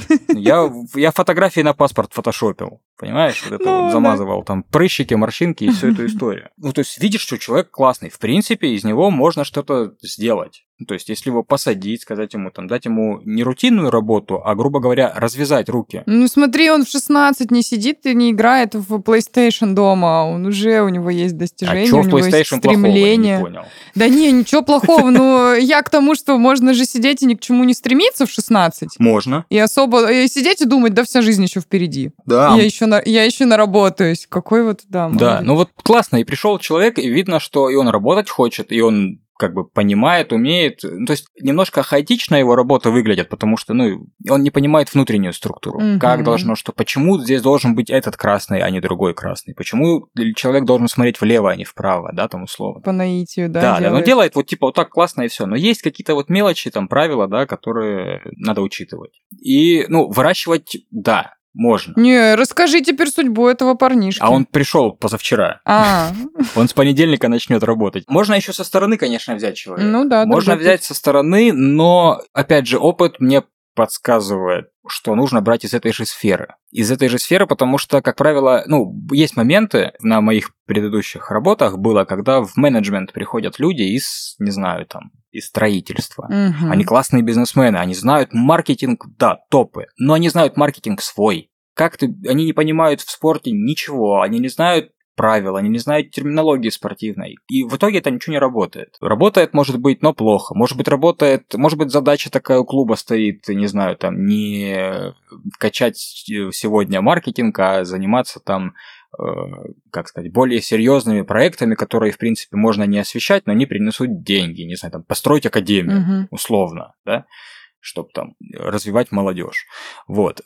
Я, я фотографии на паспорт фотошопил, понимаешь, вот это ну, вот замазывал, да. Там прыщики, морщинки и всю эту историю. Ну, то есть видишь, что человек классный, в принципе, из него можно что-то сделать. Ну, то есть, если его посадить, сказать ему, там, дать ему не рутинную работу, а, грубо говоря, развязать руки. Ну, смотри, он в шестнадцать не сидит и не играет в PlayStation дома, он уже, у него есть достижения, а что у в него PlayStation есть стремление. Плохого? Я не понял. Да не, ничего плохого, но я к тому, что можно же сидеть и ни к чему не стремиться в шестнадцать. Можно. И особо и сидеть и думать, да вся жизнь еще впереди. Да. Я еще, на, я еще наработаюсь. Какой вот, да. Да, молодец. Ну вот классно, и пришел человек, и видно, что и он работать хочет, и он как бы понимает, умеет. Ну, то есть немножко хаотично его работа выглядит, потому что, ну, он не понимает внутреннюю структуру. Угу. Как должно, что, почему здесь должен быть этот красный, а не другой красный? Почему человек должен смотреть влево, а не вправо, да, там условно. По наитию, да. Да, да, но делает вот типа вот так классно и все. Но есть какие-то вот мелочи, там, правила, да, которые надо учитывать. И, ну, выращивать, да, можно. Не, расскажи теперь судьбу этого парнишки. А он пришел позавчера. А. Он с понедельника начнет работать. Можно еще со стороны, конечно, взять человека. Ну да. Можно взять со стороны, но, опять же, опыт мне подсказывает, что нужно брать из этой же сферы. Из этой же сферы, потому что, как правило, ну, есть моменты на моих предыдущих работах было, когда в менеджмент приходят люди из, не знаю, там, из строительства. Угу. Они классные бизнесмены, они знают маркетинг, да, топы, но они знают маркетинг свой. Как ты, они не понимают в спорте ничего, они не знают правил, они не знают терминологии спортивной. И в итоге это ничего не работает. Работает, может быть, но плохо. Может быть, работает, может быть, задача такая у клуба стоит, не знаю, там, не качать сегодня маркетинг, а заниматься там, э, как сказать, более серьезными проектами, которые, в принципе, можно не освещать, но они принесут деньги. Не знаю, там, построить академию, uh-huh. условно, да, чтобы там развивать молодежь. Вот.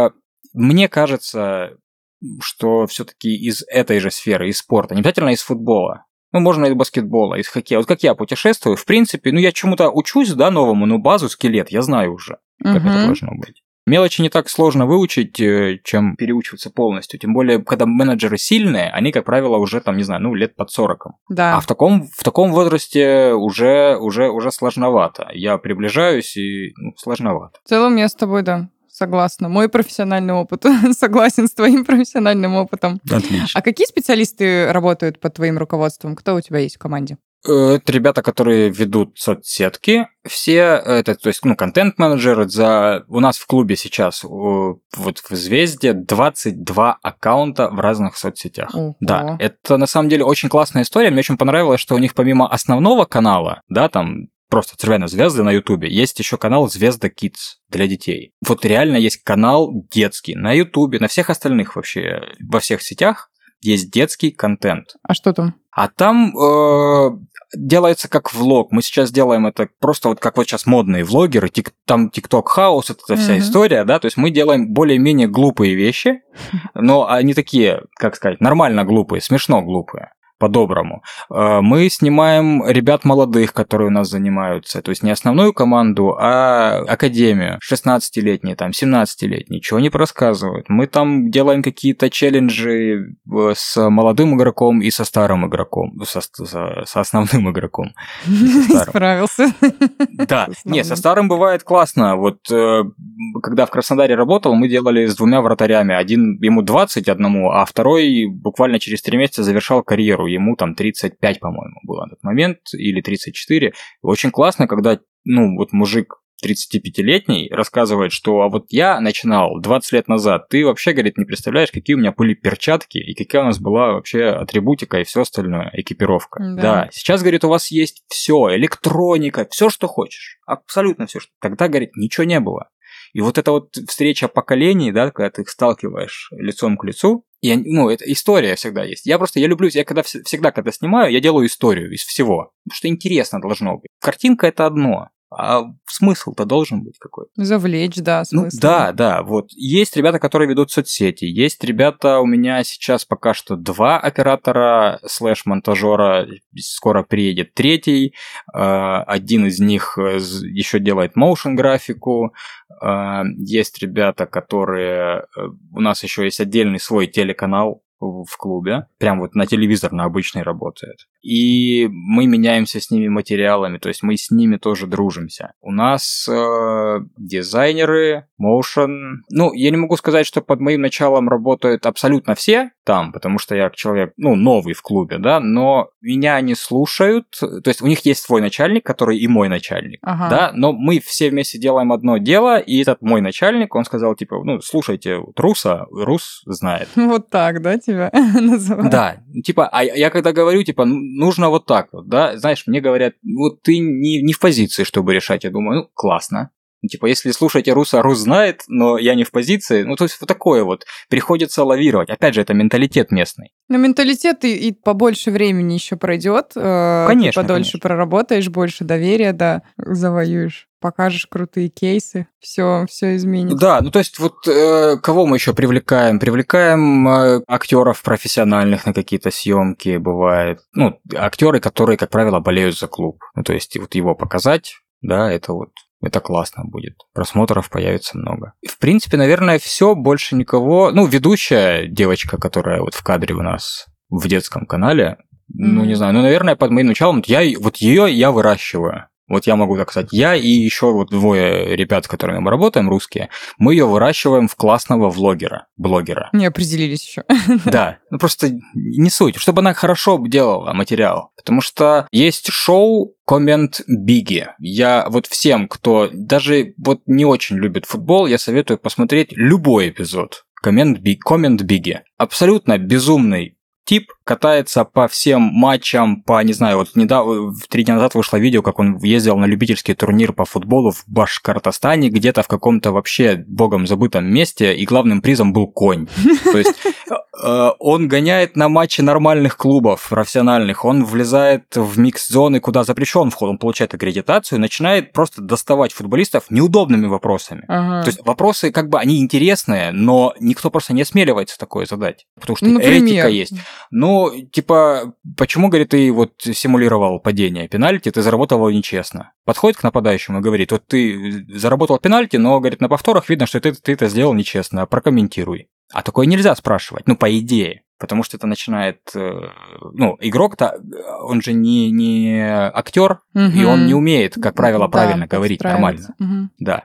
Мне кажется, что все-таки из этой же сферы, из спорта, не обязательно из футбола, ну, можно из баскетбола, из хоккея. Вот как я путешествую, в принципе, ну, я чему-то учусь, да, новому, но базу, скелет я знаю уже, как uh-huh. это должно быть. Мелочи не так сложно выучить, чем переучиваться полностью. Тем более, когда менеджеры сильные, они, как правило, уже, там, не знаю, ну, лет под сорок. Да. А в таком, в таком возрасте уже, уже, уже сложновато. Я приближаюсь, и ну, сложновато. В целом, я с тобой, да. Согласна. Мой профессиональный опыт согласен с твоим профессиональным опытом. Отлично. А какие специалисты работают под твоим руководством? Кто у тебя есть в команде? Это ребята, которые ведут соцсетки, все, это, то есть, ну, контент-менеджеры. За... У нас в клубе сейчас, вот в Звезде, двадцать два аккаунта в разных соцсетях. Ого. Да, это на самом деле очень классная история. Мне очень понравилось, что у них помимо основного канала, да, там просто «Цервяна звезды» на Ютубе, есть еще канал «Звезда Kids» для детей. Вот реально есть канал детский на Ютубе, на всех остальных вообще, во всех сетях есть детский контент. А что там? А там э, делается как влог. Мы сейчас делаем это просто вот как вот сейчас модные влогеры, тик, там TikTok хаус, это вся mm-hmm. история, да, то есть мы делаем более-менее глупые вещи, но они такие, как сказать, нормально глупые, смешно глупые. По-доброму. Мы снимаем ребят молодых, которые у нас занимаются, то есть не основную команду, а академию, шестнадцатилетние, там, семнадцатилетние, чего они рассказывают. Мы там делаем какие-то челленджи с молодым игроком и со старым игроком, со, со, со основным игроком. Справился. Да, не, со старым бывает классно. Вот когда в Краснодаре работал, мы делали с двумя вратарями. Один ему двадцать одному, а второй буквально через три месяца завершал карьеру. Ему там тридцать пять, по-моему, было на тот момент, или тридцать четыре. Очень классно, когда, ну, вот мужик тридцатипятилетний рассказывает, что а вот я начинал двадцать лет назад, ты вообще, говорит, не представляешь, какие у меня были перчатки и какая у нас была вообще атрибутика и все остальное, экипировка. Да. да, сейчас, говорит, у вас есть все, электроника, все, что хочешь, абсолютно все, что... Тогда, говорит, ничего не было. И вот эта вот встреча поколений, да, когда ты их сталкиваешь лицом к лицу, и, ну, это история всегда есть. Я просто, я люблю, я когда всегда, когда снимаю, я делаю историю из всего, потому что интересно должно быть. Картинка – это одно, а смысл-то должен быть какой-то. Завлечь, да, смысл. Ну, да, да, вот. Есть ребята, которые ведут соцсети, есть ребята, у меня сейчас пока что два оператора слэш-монтажера, скоро приедет третий, один из них еще делает моушн-графику, есть ребята, которые... У нас еще есть отдельный свой телеканал в клубе, прям вот на телевизор на обычный работает. И мы меняемся с ними материалами, то есть мы с ними тоже дружимся. У нас э, дизайнеры, моушен... Ну, я не могу сказать, что под моим началом работают абсолютно все там, потому что я человек, ну, новый в клубе, да, но меня они слушают, то есть у них есть свой начальник, который и мой начальник, ага. да, но мы все вместе делаем одно дело, и этот мой начальник, он сказал, типа, ну, слушайте, вот Руса, Рус знает. Вот так, да, тебя называют? Да, типа, а я когда говорю, типа, нужно вот так вот, да, знаешь, мне говорят, вот ты не, не в позиции, чтобы решать, я думаю, ну, классно. Типа, если слушаете Руса, Рус знает, но я не в позиции. Ну, то есть, вот такое вот. Приходится лавировать. Опять же, это менталитет местный. Но менталитет и, и побольше времени еще пройдет. Конечно. Ты подольше конечно. проработаешь, больше доверия, да, завоюешь. Покажешь крутые кейсы, все, все изменится. Да, ну то есть вот э, кого мы еще привлекаем? Привлекаем э, актеров профессиональных на какие-то съемки, бывает. Ну, актеры, которые, как правило, болеют за клуб. Ну, то есть вот его показать, да, это вот. Это классно будет. Просмотров появится много. В принципе, наверное, все, больше никого. Ну, ведущая девочка, которая вот в кадре у нас в детском канале, mm-hmm. ну, не знаю, ну, наверное, под моим началом, я, вот ее я выращиваю. Вот я могу так сказать. Я и еще вот двое ребят, с которыми мы работаем, русские, мы ее выращиваем в классного влогера, блогера. Не определились еще. Да, ну просто не суть, чтобы она хорошо делала материал. Потому что есть шоу Comment Biggie. Я вот всем, кто даже вот не очень любит футбол, я советую посмотреть любой эпизод Comment Biggie. Абсолютно безумный тип, катается по всем матчам, по, не знаю, вот недавно, три дня назад вышло видео, как он ездил на любительский турнир по футболу в Башкортостане, где-то в каком-то вообще богом забытом месте, и главным призом был конь. То есть он гоняет на матчи нормальных клубов, профессиональных, он влезает в микс-зоны, куда запрещен вход, он получает аккредитацию, начинает просто доставать футболистов неудобными вопросами. Ага. То есть вопросы, как бы, они интересные, но никто просто не осмеливается такое задать, потому что Например? этика есть. Ну, типа, почему, говорит, ты вот симулировал падение пенальти, ты заработал его нечестно. Подходит к нападающему и говорит, вот ты заработал пенальти, но, говорит, на повторах видно, что ты, ты это сделал нечестно, прокомментируй. А такое нельзя спрашивать, ну, по идее. Потому что это начинает... Ну, игрок-то, он же не, не актер, угу. и он не умеет, как правило, правильно да, говорить нормально. Угу. Да.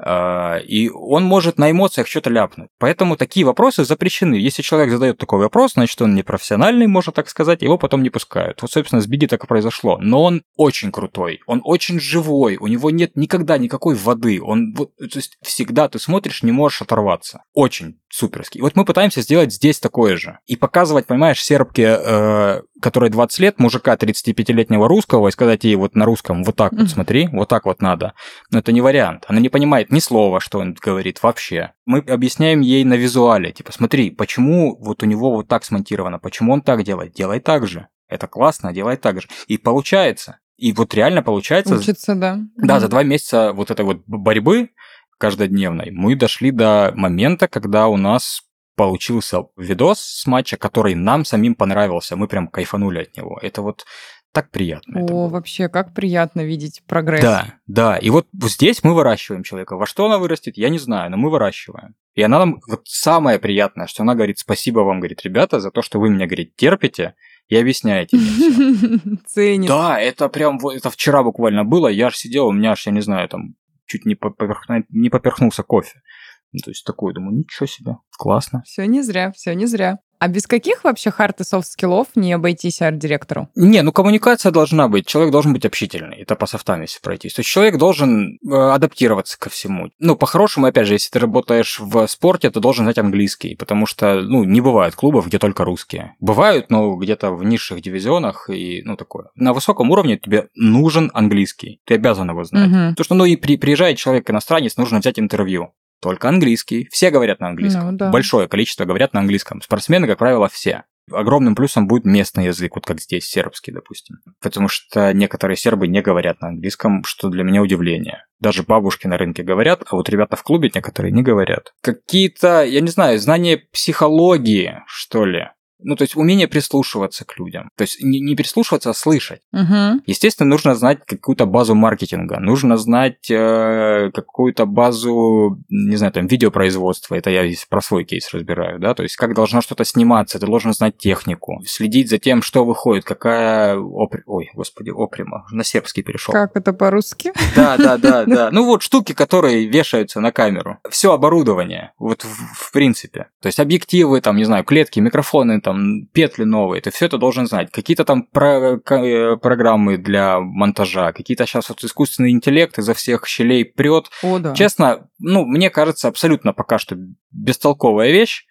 И он может на эмоциях что-то ляпнуть. Поэтому такие вопросы запрещены. Если человек задает такой вопрос, значит, он непрофессиональный, можно так сказать, его потом не пускают. Вот, собственно, с Биги так и произошло. Но он очень крутой, он очень живой, у него нет никогда никакой воды. Он, вот, то есть, всегда ты смотришь, не можешь оторваться. Очень суперский. И вот мы пытаемся сделать здесь такое же. И показывать, понимаешь, сербке, э, которой двадцать лет, мужика тридцатипятилетнего русского, и сказать ей вот на русском, вот так вот смотри, вот так вот надо. Но это не вариант. Она не понимает ни слова, что он говорит вообще. Мы объясняем ей на визуале, типа, смотри, почему вот у него вот так смонтировано, почему он так делает, делай так же. Это классно, делай так же. И получается. И вот реально получается... Учиться, да. Да, за два месяца вот этой вот борьбы каждодневной мы дошли до момента, когда у нас получился видос с матча, который нам самим понравился. Мы прям кайфанули от него. Это вот так приятно. О, вообще, как приятно видеть прогресс. Да, да. И вот здесь мы выращиваем человека. Во что она вырастет, я не знаю, но мы выращиваем. И она нам... Вот самое приятное, что она говорит: спасибо вам, говорит, ребята, за то, что вы меня, говорит, терпите и объясняете мне всё. Ценит. Да, это прям... Это вчера буквально было. Я аж сидел, у меня аж, я не знаю, там... чуть не, поперх... не поперхнулся кофе. Ну, то есть такой, думаю, ничего себе, классно. Все не зря, все не зря. А без каких вообще хард и софт-скиллов не обойтись арт-директору? Не, ну коммуникация должна быть, человек должен быть общительный, это по софтам если пройтись. То есть человек должен э, адаптироваться ко всему. Ну, по-хорошему, опять же, если ты работаешь в спорте, то должен знать английский, потому что, ну, не бывает клубов, где только русские. Бывают, но где-то в низших дивизионах и, ну, такое. На высоком уровне тебе нужен английский, ты обязан его знать. Угу. Потому что, ну, и при, приезжает человек-иностранец, нужно взять интервью. Только английский. Все говорят на английском. Ну, да. Большое количество говорят на английском. Спортсмены, как правило, все. Огромным плюсом будет местный язык, вот как здесь, сербский, допустим. Потому что некоторые сербы не говорят на английском, что для меня удивление. Даже бабушки на рынке говорят, а вот ребята в клубе некоторые не говорят. Какие-то, я не знаю, знания психологии, что ли. Ну, то есть умение прислушиваться к людям. То есть не, не прислушиваться, а слышать. Угу. Естественно, нужно знать какую-то базу маркетинга, нужно знать э, какую-то базу, не знаю, там, видеопроизводства. Это я здесь про свой кейс разбираю, да, то есть как должно что-то сниматься, ты должен знать технику, следить за тем, что выходит, какая... Опри... Ой, господи, оприма, на сербский перешел. Как это по-русски? Да, да, да, да. Ну вот штуки, которые вешаются на камеру. Все оборудование, вот в, в принципе. То есть объективы, там, не знаю, клетки, микрофоны, там, петли новые, ты все это должен знать. Какие-то там про- программы для монтажа, какие-то сейчас вот искусственный интеллект изо всех щелей прет. О, да. Честно, ну, мне кажется, абсолютно пока что бестолковая вещь.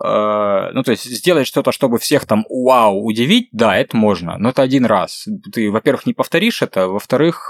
Ну, то есть сделать что-то, чтобы всех там вау удивить, да, это можно, но это один раз. Ты, во-первых, не повторишь это, во-вторых,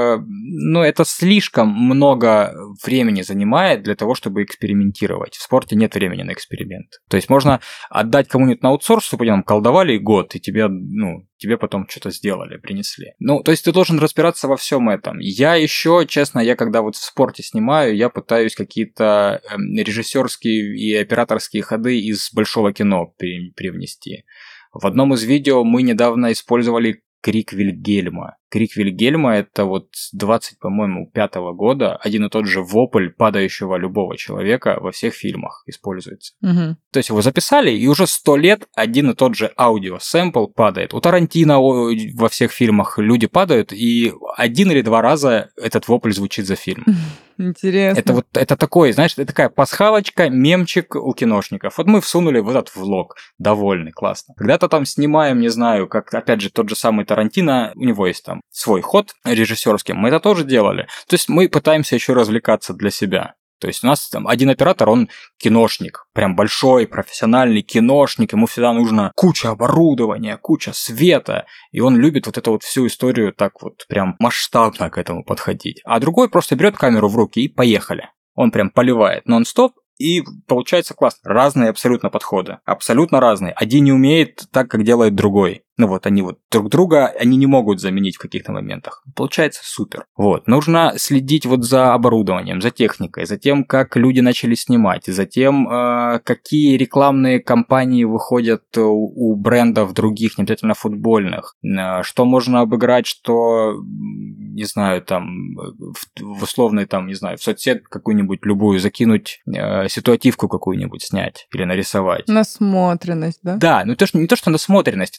ну, это слишком много времени занимает для того, чтобы экспериментировать. В спорте нет времени на эксперимент. То есть можно отдать кому-нибудь на аутсорс, чтобы они там колдовали год, и тебе, ну, тебе потом что-то сделали, принесли. Ну, то есть ты должен разбираться во всем этом. Я еще, честно, я когда вот в спорте снимаю, я пытаюсь какие-то режиссерские и операторские ходы из большого кино привнести. В одном из видео мы недавно использовали крик Вильгельма. Крик Вильгельма — это вот с двадцать, по-моему, пятого года один и тот же вопль падающего любого человека во всех фильмах используется. Угу. То есть его записали, и уже сто лет один и тот же аудиосэмпл падает. У Тарантино во всех фильмах люди падают, и один или два раза этот вопль звучит за фильм. Интересно. Это вот это такой, знаешь, это такая пасхалочка, мемчик у киношников. Вот мы всунули в этот влог, довольны, классно. Когда-то там снимаем, не знаю, как, опять же, тот же самый Тарантино, у него есть там свой ход режиссерский, мы это тоже делали. То есть мы пытаемся еще развлекаться для себя. То есть у нас там один оператор, он киношник, прям большой, профессиональный киношник, ему всегда нужно куча оборудования, куча света, и он любит вот эту вот всю историю так вот прям масштабно к этому подходить. А другой просто берет камеру в руки и поехали. Он прям поливает нон-стоп, и получается классно. Разные абсолютно подходы, абсолютно разные. Один не умеет так, как делает другой. Ну вот они вот друг друга, они не могут заменить в каких-то моментах. Получается супер. Вот, нужно следить вот за оборудованием, за техникой, за тем, как люди начали снимать, за тем, э, какие рекламные кампании выходят у, у брендов других, не обязательно футбольных, э, что можно обыграть, что, не знаю, там, в, в условной, там, не знаю, в соцсеть какую-нибудь любую закинуть, э, ситуативку какую-нибудь снять или нарисовать. Насмотренность, да? Да, ну то, что, не то, что насмотренность, это должен быть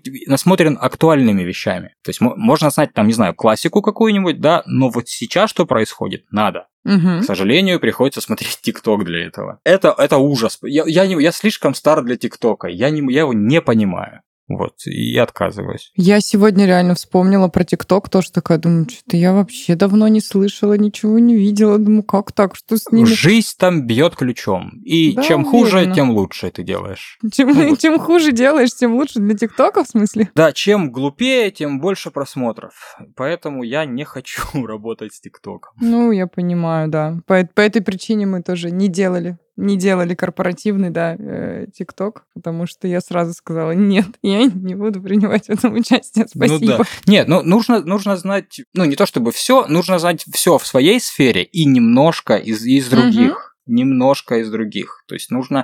насмотрен актуальными вещами. То есть можно знать, там, не знаю, классику какую-нибудь, да, но вот сейчас что происходит, надо. Угу. К сожалению, приходится смотреть ТикТок для этого. Это, это ужас. Я, я, не, я слишком стар для ТикТока, я, не, я его не понимаю. Вот, и отказываюсь. Я сегодня реально вспомнила про ТикТок, тоже такая, думаю, что-то я вообще давно не слышала, ничего не видела. Думаю, как так, что с ними? Жизнь там бьет ключом. И да, чем уверена. хуже, тем лучше ты делаешь. Чем, ну, вот. чем хуже делаешь, тем лучше для ТикТока, в смысле? Да, чем глупее, тем больше просмотров. Поэтому я не хочу работать с ТикТоком. Ну, я понимаю, да. По, по этой причине мы тоже не делали. Не делали корпоративный, да, ТикТок, потому что я сразу сказала, нет, я не буду принимать в этом участие, спасибо. Ну, да. Нет, ну нужно, нужно знать, ну не то чтобы все, нужно знать все в своей сфере и немножко из, из других. Угу. Немножко из других. То есть нужно,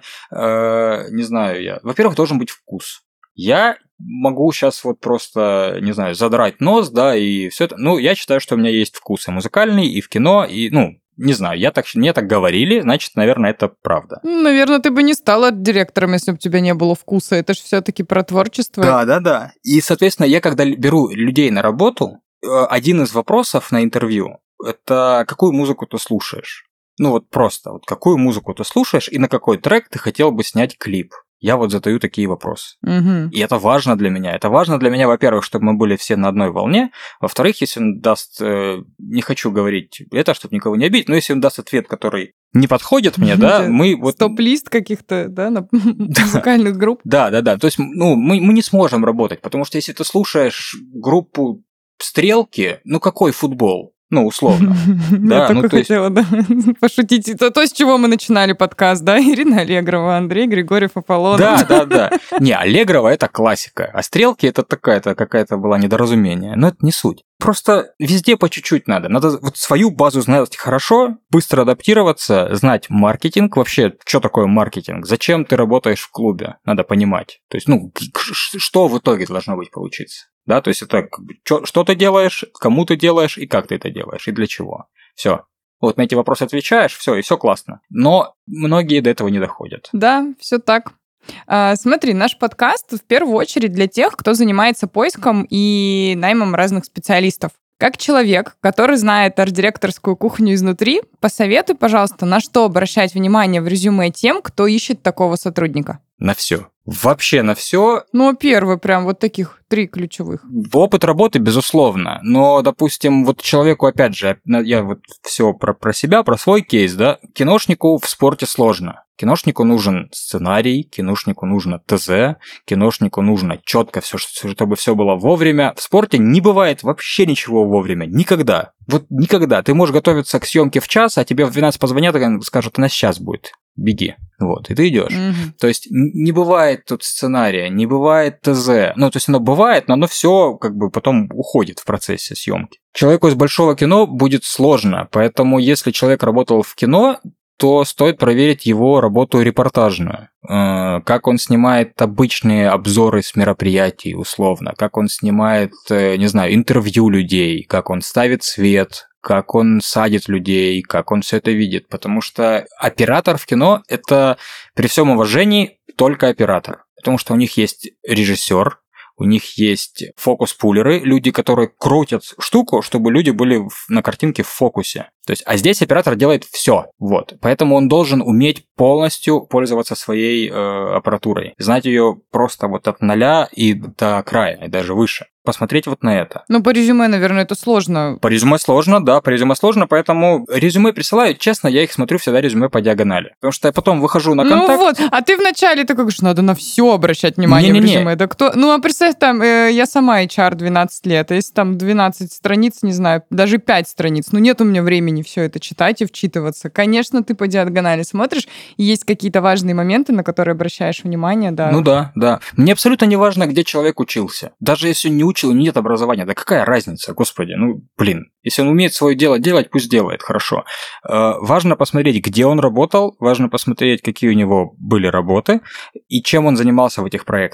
э, не знаю, я. Во-первых, должен быть вкус. Я могу сейчас вот просто, не знаю, задрать нос, да, и все это. Ну, я считаю, что у меня есть вкус и музыкальный, и в кино, и, ну, не знаю, я так, мне так говорили, значит, наверное, это правда. Наверное, ты бы не стала директором, если бы у тебя не было вкуса. Это же все-таки про творчество. Да, да, да. И, соответственно, я когда беру людей на работу, один из вопросов на интервью – это какую музыку ты слушаешь? Ну вот просто, вот какую музыку ты слушаешь и на какой трек ты хотел бы снять клип? Я вот задаю такие вопросы. Угу. И это важно для меня. Это важно для меня, во-первых, чтобы мы были все на одной волне. Во-вторых, если он даст, э, не хочу говорить это, чтобы никого не обидеть, но если он даст ответ, который не подходит мне, да, мы вот... Стоп-лист каких-то, да, на музыкальных групп. Да, да, да. То есть, ну, мы, мы не сможем работать, потому что если ты слушаешь группу «Стрелки», ну, какой футбол? Ну, условно. Да, я ну, только то есть... хотела да, пошутить. Это то, с чего мы начинали подкаст, да? Ирина Аллегрова, Андрей Григорьев, Аполлон. Да, да, да. Не, Аллегрова – это классика, а «Стрелки» – это такая-то какая-то была недоразумение. Но это не суть. Просто везде по чуть-чуть надо. Надо вот свою базу знать хорошо, быстро адаптироваться, знать маркетинг. Вообще, что такое маркетинг? Зачем ты работаешь в клубе? Надо понимать. То есть, ну, что в итоге должно быть получиться? Да, то есть это что, что ты делаешь, кому ты делаешь и как ты это делаешь, и для чего. Все. Вот на эти вопросы отвечаешь, все, и все классно. Но многие до этого не доходят. Да, все так. А, смотри, наш подкаст в первую очередь для тех, кто занимается поиском и наймом разных специалистов. Как человек, который знает арт-директорскую кухню изнутри, посоветуй, пожалуйста, на что обращать внимание в резюме тем, кто ищет такого сотрудника. На все. Вообще на все. Ну, первый прям вот таких три ключевых. Опыт работы, безусловно. Но, допустим, вот человеку, опять же, я вот все про, про себя, про свой кейс, да, киношнику в спорте сложно. Киношнику нужен сценарий, киношнику нужно ТЗ, киношнику нужно четко все, чтобы все было вовремя. В спорте не бывает вообще ничего вовремя. Никогда. Вот никогда. Ты можешь готовиться к съемке в час, а тебе в двенадцать позвонят и скажут, она сейчас будет. Беги. Вот, и ты идешь. Mm-hmm. То есть не бывает тут сценария, не бывает ТЗ. Ну, то есть оно бывает, но оно все как бы потом уходит в процессе съемки. Человеку из большого кино будет сложно, поэтому если человек работал в кино, то стоит проверить его работу репортажную. Как он снимает обычные обзоры с мероприятий, условно. Как он снимает, не знаю, интервью людей. Как он ставит свет. Как он садит людей. Как он все это видит. Потому что оператор в кино – это, при всем уважении, только оператор. Потому что у них есть режиссер, у них есть фокус-пулеры, люди, которые крутят штуку, чтобы люди были на картинке в фокусе. То есть, а здесь оператор делает все, вот. Поэтому он должен уметь полностью пользоваться своей э, аппаратурой, знать ее просто вот от нуля и до края, и даже выше. Посмотреть вот на это. Ну, по резюме, наверное, это сложно. По резюме сложно, да, по резюме сложно, поэтому резюме присылают, честно, я их смотрю всегда резюме по диагонали. Потому что я потом выхожу на контакт. Ну вот, а ты вначале такой говоришь, надо на все обращать внимание Не-не-не. в резюме. Да кто... Ну, а представь, там, э, я сама эйч ар двенадцать лет, а если там двенадцать страниц, не знаю, даже пять страниц, ну, нет у меня времени все это читать и вчитываться. Конечно, ты по диагонали смотришь, и есть какие-то важные моменты, на которые обращаешь внимание, да. Ну да, да. Мне абсолютно не важно, где человек учился. Даже если он не учил, у него нет образования, да какая разница, господи, ну, блин. Если он умеет свое дело делать, пусть делает, хорошо. Э, важно посмотреть, где он работал, важно посмотреть, какие у него были работы и чем он занимался в этих проектах.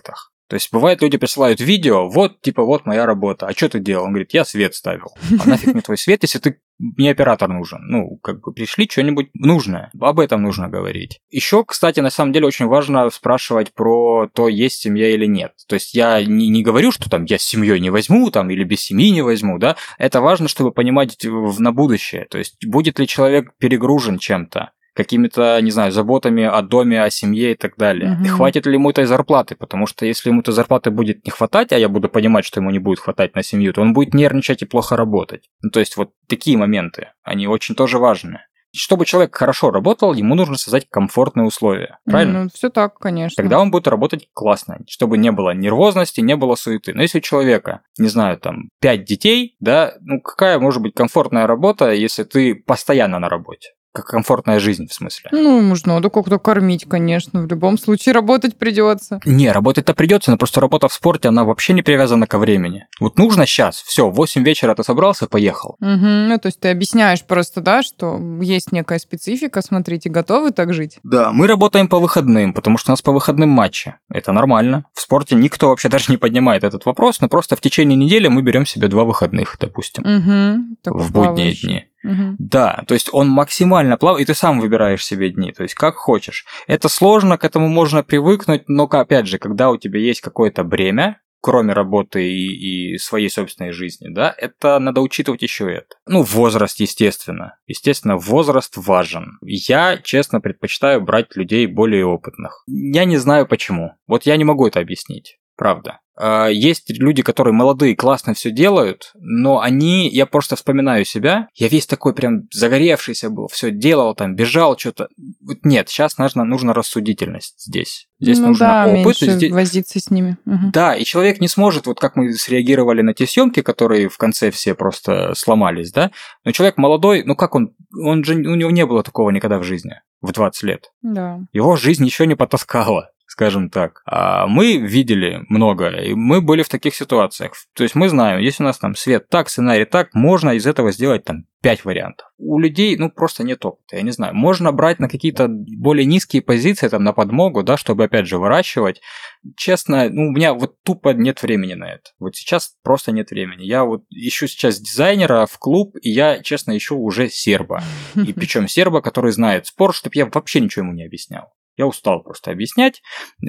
То есть бывает, люди присылают видео, вот, типа, вот моя работа. А что ты делал? Он говорит, я свет ставил. А нафиг мне твой свет, если ты не оператор нужен? Ну, как бы пришли что-нибудь нужное. Об этом нужно говорить. Еще, кстати, на самом деле очень важно спрашивать про то, есть семья или нет. То есть я не, не говорю, что там я с семьей не возьму, там, или без семьи не возьму, да. Это важно, чтобы понимать на будущее. То есть будет ли человек перегружен чем-то, какими-то, не знаю, заботами о доме, о семье и так далее. Мгм. И хватит ли ему этой зарплаты? Потому что если ему этой зарплаты будет не хватать, а я буду понимать, что ему не будет хватать на семью, то он будет нервничать и плохо работать. Ну, то есть вот такие моменты, они очень тоже важны. Чтобы человек хорошо работал, ему нужно создать комфортные условия. Правильно? Ну, все так, конечно. Тогда он будет работать классно, чтобы не было нервозности, не было суеты. Но если у человека, не знаю, там, пять детей, да, ну какая может быть комфортная работа, если ты постоянно на работе? Как комфортная жизнь, в смысле. Ну, может, надо как-то кормить, конечно. В любом случае работать придется. Не, работать-то придется, но просто работа в спорте, она вообще не привязана ко времени. Вот нужно сейчас, все, в восемь вечера ты собрался, поехал. Угу. Ну, то есть ты объясняешь просто, да, что есть некая специфика, смотрите, готовы так жить? Да, мы работаем по выходным, потому что у нас по выходным матчи. Это нормально. В спорте никто вообще даже не поднимает этот вопрос, но просто в течение недели мы берем себе два выходных, допустим, Угу. в будние дни. Угу. Да, то есть он максимально плавает, и ты сам выбираешь себе дни, то есть как хочешь. Это сложно, к этому можно привыкнуть, но, опять же, когда у тебя есть какое-то бремя, кроме работы и, и своей собственной жизни, да, это надо учитывать еще это. Ну, возраст, естественно. Естественно, возраст важен. Я, честно, предпочитаю брать людей более опытных. Я не знаю почему. Вот я не могу это объяснить. Правда. Есть люди, которые молодые, классно все делают, но они, я просто вспоминаю себя, я весь такой прям загоревшийся был, все делал, там, бежал, что-то. Нет, сейчас нужно, нужна рассудительность здесь. Здесь ну нужно да, опыт. меньше здесь... возиться с ними. Угу. Да, и человек не сможет, вот как мы среагировали на те съемки, которые в конце все просто сломались, да, но человек молодой, ну как он, он же, у него не было такого никогда в жизни, в двадцать лет. Да. Его жизнь еще не потаскала, скажем так. А мы видели много, и мы были в таких ситуациях. То есть мы знаем, если у нас там свет так, сценарий так, можно из этого сделать там пять вариантов. У людей, ну, просто нет опыта, я не знаю. Можно брать на какие-то более низкие позиции, там, на подмогу, да, чтобы, опять же, выращивать. Честно, ну, у меня вот тупо нет времени на это. Вот сейчас просто нет времени. Я вот ищу сейчас дизайнера в клуб, и я, честно, ищу уже серба. И причем серба, который знает спорт, чтобы я вообще ничего ему не объяснял. Я устал просто объяснять,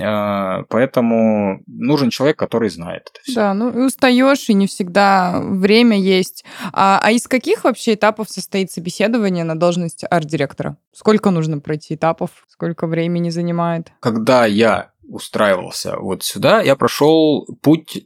поэтому нужен человек, который знает это все. Да, ну и устаешь, и не всегда время есть. А, а из каких вообще этапов состоит собеседование на должность арт-директора? Сколько нужно пройти этапов? Сколько времени занимает? Когда я устраивался вот сюда, я прошел путь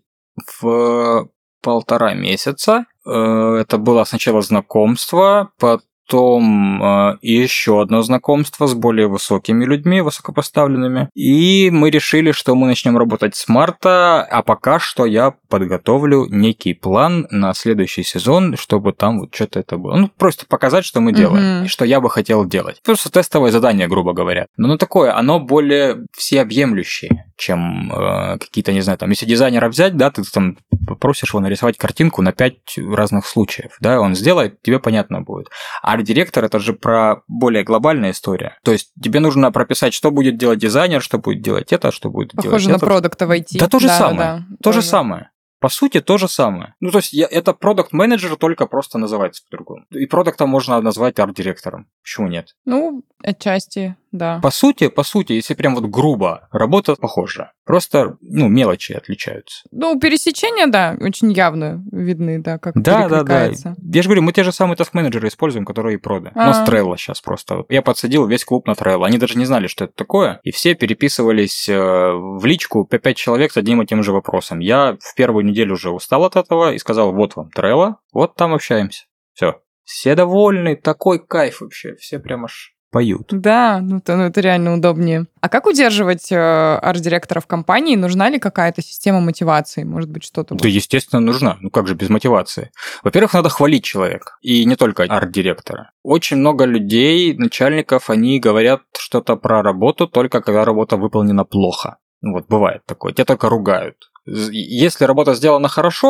в полтора месяца. Это было сначала знакомство, потом Потом э, еще одно знакомство с более высокими людьми, высокопоставленными. И мы решили, что мы начнем работать с марта, а пока что я подготовлю некий план на следующий сезон, чтобы там вот что-то это было. Ну, просто показать, что мы делаем, и что я бы хотел делать. Просто тестовое задание, грубо говоря. Но оно такое, оно более всеобъемлющее, чем э, какие-то, не знаю, там, если дизайнера взять, да, ты там попросишь его нарисовать картинку на пять разных случаев, да, он сделает, тебе понятно будет. Арт-директор – это же про более глобальная история. То есть тебе нужно прописать, что будет делать дизайнер, что будет делать это, что будет Похоже делать это. Похоже на продукта войти. Да то же да, самое. Да, то тоже. же самое. По сути, то же самое. Ну, то есть, я, это продакт-менеджер, только просто называется по-другому. И продукта можно назвать арт-директором. Почему нет? Ну, отчасти, да. По сути, по сути, если прям вот грубо, работа похожа. Просто, ну, мелочи отличаются. Ну, пересечения, да, очень явно видны, да, как да, перекликается. Да, да. Я же говорю, мы те же самые таск-менеджеры используем, которые и проды. А-а-а. Но с Trello сейчас просто. Я подсадил весь клуб на Trello. Они даже не знали, что это такое. И все переписывались в личку по пять человек с одним и тем же вопросом. Я в первую неделю уже устал от этого и сказал, вот вам Trello, вот там общаемся. Все. Все довольны, такой кайф вообще. Все прям аж поют. Да, ну это, ну это реально удобнее. А как удерживать э, арт-директора в компании? Нужна ли какая-то система мотивации? Может быть, что-то? Да, естественно, нужна. Ну как же без мотивации? Во-первых, надо хвалить человека. И не только арт-директора. Очень много людей, начальников, они говорят что-то про работу только когда работа выполнена плохо. Вот бывает такое. Тебя только ругают. Если работа сделана хорошо,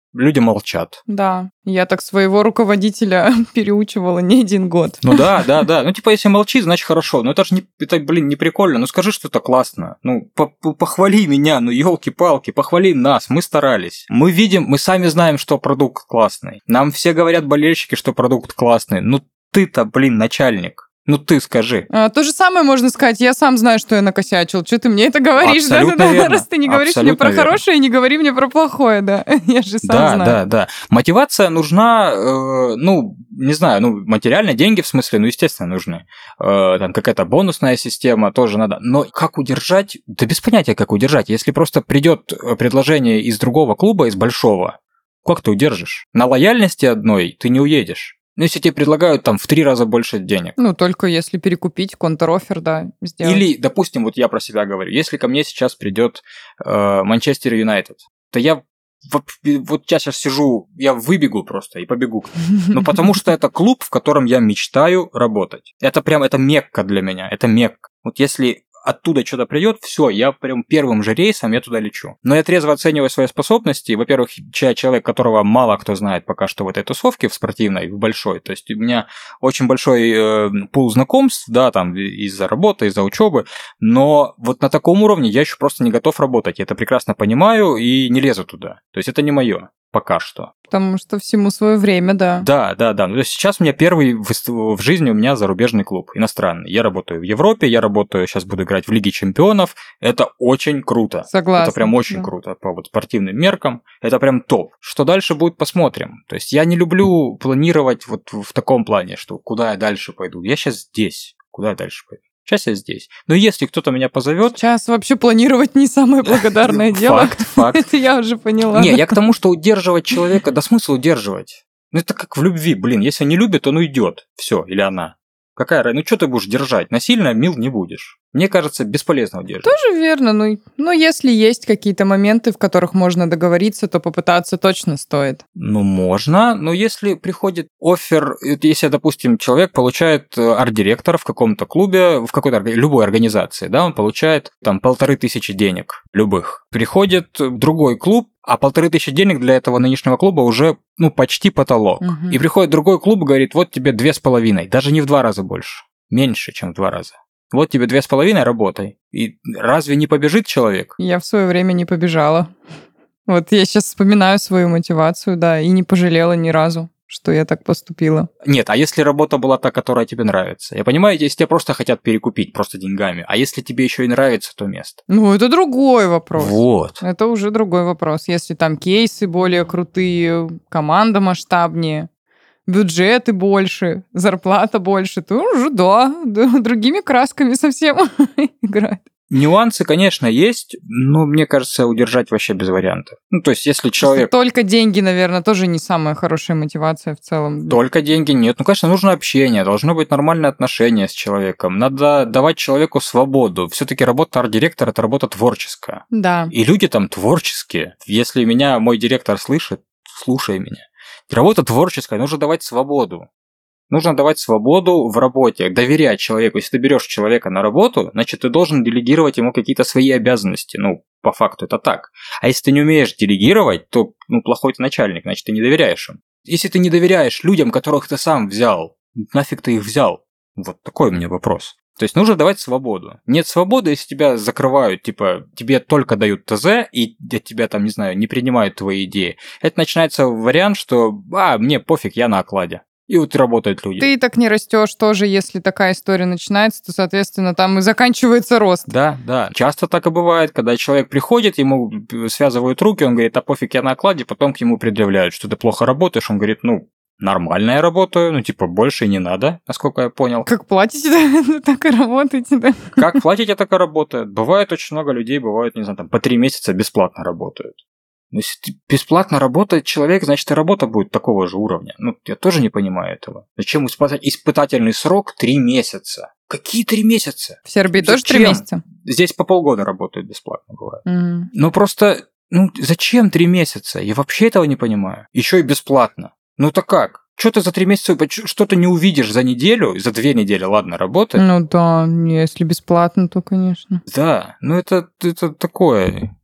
люди молчат. Да, я так своего руководителя переучивала не один год. Ну да, да, да. Ну типа, если молчи, значит хорошо. Ну это же, не, это, блин, не прикольно. Ну скажи, что это классно. Ну похвали меня, ну елки-палки, похвали нас. Мы старались. Мы видим, мы сами знаем, что продукт классный. Нам все говорят, болельщики, что продукт классный. Ну ты-то, блин, начальник. Ну ты скажи. А, то же самое можно сказать. Я сам знаю, что я накосячил. Что ты мне это говоришь? Абсолютно да, верно. Раз ты не говоришь Абсолютно мне про верно. хорошее, не говори мне про плохое, да. Я же сам да, знаю. Да, да, да. Мотивация нужна, э, ну, не знаю, ну, материально, деньги в смысле, ну, естественно, нужны. Э, там какая-то бонусная система тоже надо. Но как удержать? Да без понятия, как удержать. Если просто придет предложение из другого клуба, из большого, как ты удержишь? На лояльности одной ты не уедешь. Ну, если тебе предлагают там в три раза больше денег. Ну, только если перекупить, контр-оффер, да, сделать. Или, допустим, вот я про себя говорю, если ко мне сейчас придет Манчестер Юнайтед, то я вот, вот я сейчас сижу, я выбегу просто и побегу. Ну, потому что это клуб, в котором я мечтаю работать. Это прям, это Мекка для меня, это Мекка. Вот если оттуда что-то придет, все, я прям первым же рейсом я туда лечу. Но я трезво оцениваю свои способности. Во-первых, я человек, которого мало кто знает пока что в этой тусовке, в спортивной, в большой. То есть у меня очень большой э, пул знакомств, да, там из-за работы, из-за учебы. Но вот на таком уровне я еще просто не готов работать. Я это прекрасно понимаю и не лезу туда. То есть это не мое. Пока что. Потому что всему свое время, да. Да, да, да. Ну, сейчас у меня первый в, в жизни у меня зарубежный клуб, иностранный. Я работаю в Европе, я работаю, сейчас буду играть в Лиге Чемпионов. Это очень круто. Согласна. Это прям очень да. круто по вот спортивным меркам. Это прям топ. Что дальше будет, посмотрим. То есть я не люблю планировать вот в таком плане, что куда я дальше пойду. Я сейчас здесь. Куда я дальше пойду? Сейчас я здесь. Но если кто-то меня позовет... Сейчас вообще планировать не самое благодарное дело. Факт, факт. Это я уже поняла. Не, я к тому, что удерживать человека, да смысл удерживать? Ну это как в любви, блин, если не любит, он уйдет. Все, или она. Какая разница? Ну что ты будешь держать? Насильно мил не будешь. Мне кажется, бесполезно удерживать. Тоже верно. Ну, ну, если есть какие-то моменты, в которых можно договориться, то попытаться точно стоит. Ну, можно, но если приходит оффер, если, допустим, человек получает арт-директора в каком-то клубе, в какой-то любой организации, да, он получает там полторы тысячи денег любых. Приходит другой клуб, а полторы тысячи денег для этого нынешнего клуба уже, ну, почти потолок. Угу. И приходит другой клуб и говорит, вот тебе две с половиной, даже не в два раза больше, меньше, чем в два раза. Вот тебе две с половиной, работай. И разве не побежит человек? Я в свое время не побежала. Вот я сейчас вспоминаю свою мотивацию, да, и не пожалела ни разу, что я так поступила. Нет, а если работа была та, которая тебе нравится? Я понимаю, если тебя просто хотят перекупить, просто деньгами, а если тебе еще и нравится то место? Ну, это другой вопрос. Вот. Это уже другой вопрос. Если там кейсы более крутые, команда масштабнее, бюджеты больше, зарплата больше, то уже, да, другими красками совсем играет. Нюансы, конечно, есть, но мне кажется, удержать вообще без вариантов. Ну, то есть, если человек... Если только деньги, наверное, тоже не самая хорошая мотивация в целом. Только деньги нет. Ну, конечно, нужно общение, должно быть нормальное отношение с человеком. Надо давать человеку свободу. Все-таки работа арт-директора – это работа творческая. Да. И люди там творческие. Если меня мой директор слышит, слушай меня. Работа творческая, нужно давать свободу. Нужно давать свободу в работе, доверять человеку. Если ты берешь человека на работу, значит, ты должен делегировать ему какие-то свои обязанности. Ну, по факту это так. А если ты не умеешь делегировать, то ну, плохой ты начальник, значит, ты не доверяешь им. Если ты не доверяешь людям, которых ты сам взял, нафиг ты их взял? Вот такой у меня вопрос. То есть нужно давать свободу. Нет свободы, если тебя закрывают, типа, тебе только дают ТЗ, и от тебя там, не знаю, не принимают твои идеи. Это начинается вариант, что, а, мне пофиг, я на окладе. И вот работают люди. Ты и так не растешь тоже, если такая история начинается, то, соответственно, там и заканчивается рост. Да, да. Часто так и бывает, когда человек приходит, ему связывают руки, он говорит, а пофиг, я на окладе, потом к нему предъявляют, что ты плохо работаешь, он говорит, ну, нормально я работаю, ну, типа, больше не надо, насколько я понял. Как платите, так и работаете, да? Как платите, так и работает. Бывает очень много людей, бывает, не знаю, там, по три месяца бесплатно работают. Но если ты бесплатно работает человек, значит, и работа будет такого же уровня. Ну, я тоже не понимаю этого. Зачем испытать испытательный срок три месяца? Какие три месяца? В Сербии зачем? Тоже три месяца? Здесь по полгода работают бесплатно, бывает. Mm. Ну, просто, ну, зачем три месяца? Я вообще этого не понимаю. Еще и бесплатно. Ну, так как? Что ты за три месяца, что ты не увидишь за неделю, за две недели, ладно, работает? Ну да, если бесплатно, то, конечно. Да, ну это, это такое.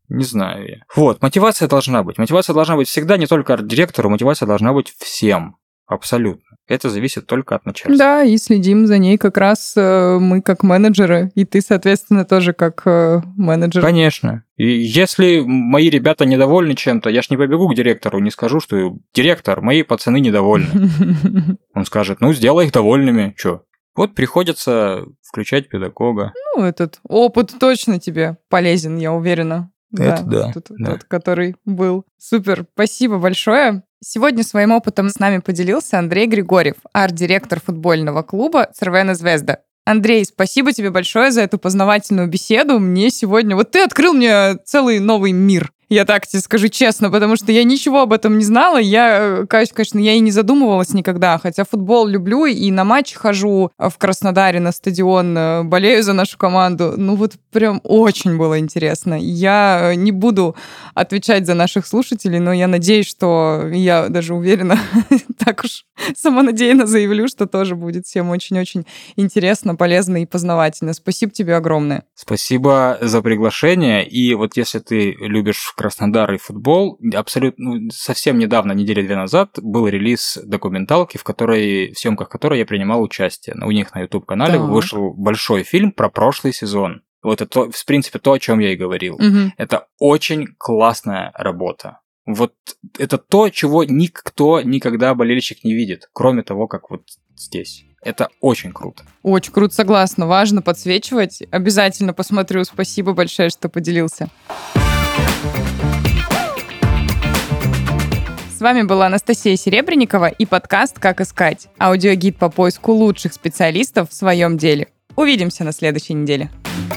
Не знаю я. Вот, мотивация должна быть. Мотивация должна быть всегда, не только арт-директору, мотивация должна быть всем. Абсолютно. Это зависит только от начальства. Да, и следим за ней как раз э, мы как менеджеры, и ты, соответственно, тоже как э, менеджер. Конечно. И если мои ребята недовольны чем-то, я ж не побегу к директору, не скажу, что «Директор, мои пацаны недовольны». Он скажет, ну, сделай их довольными. Чё? Вот приходится включать педагога. Ну, этот опыт точно тебе полезен, я уверена. Это да, тот, да. Тот, который был. Супер, спасибо большое. Сегодня своим опытом с нами поделился Андрей Григорьев, арт-директор футбольного клуба «Цервена Звезда». Андрей, спасибо тебе большое за эту познавательную беседу. Мне сегодня... Вот ты открыл мне целый новый мир. Я так тебе скажу честно, потому что я ничего об этом не знала. Я, конечно, я и не задумывалась никогда, хотя футбол люблю и на матчи хожу в Краснодаре на стадион, болею за нашу команду. Ну вот прям очень было интересно. Я не буду отвечать за наших слушателей, но я надеюсь, что я даже уверена, так уж самонадеянно заявлю, что тоже будет всем очень-очень интересно, полезно и познавательно. Спасибо тебе огромное. Спасибо за приглашение. И вот если ты любишь Краснодар и футбол, абсолютно ну, совсем недавно, недели две назад, был релиз документалки, в которой, в съемках которой я принимал участие. У них на YouTube-канале Да. вышел большой фильм про прошлый сезон. Вот это, в принципе, то, о чем я и говорил. Угу. Это очень классная работа. Вот это то, чего никто никогда болельщик не видит, кроме того, как вот здесь. Это очень круто. Очень круто, согласна. Важно подсвечивать. Обязательно посмотрю. Спасибо большое, что поделился. С вами была Анастасия Серебренникова и подкаст «Как искать». Аудиогид по поиску лучших специалистов в своем деле. Увидимся на следующей неделе.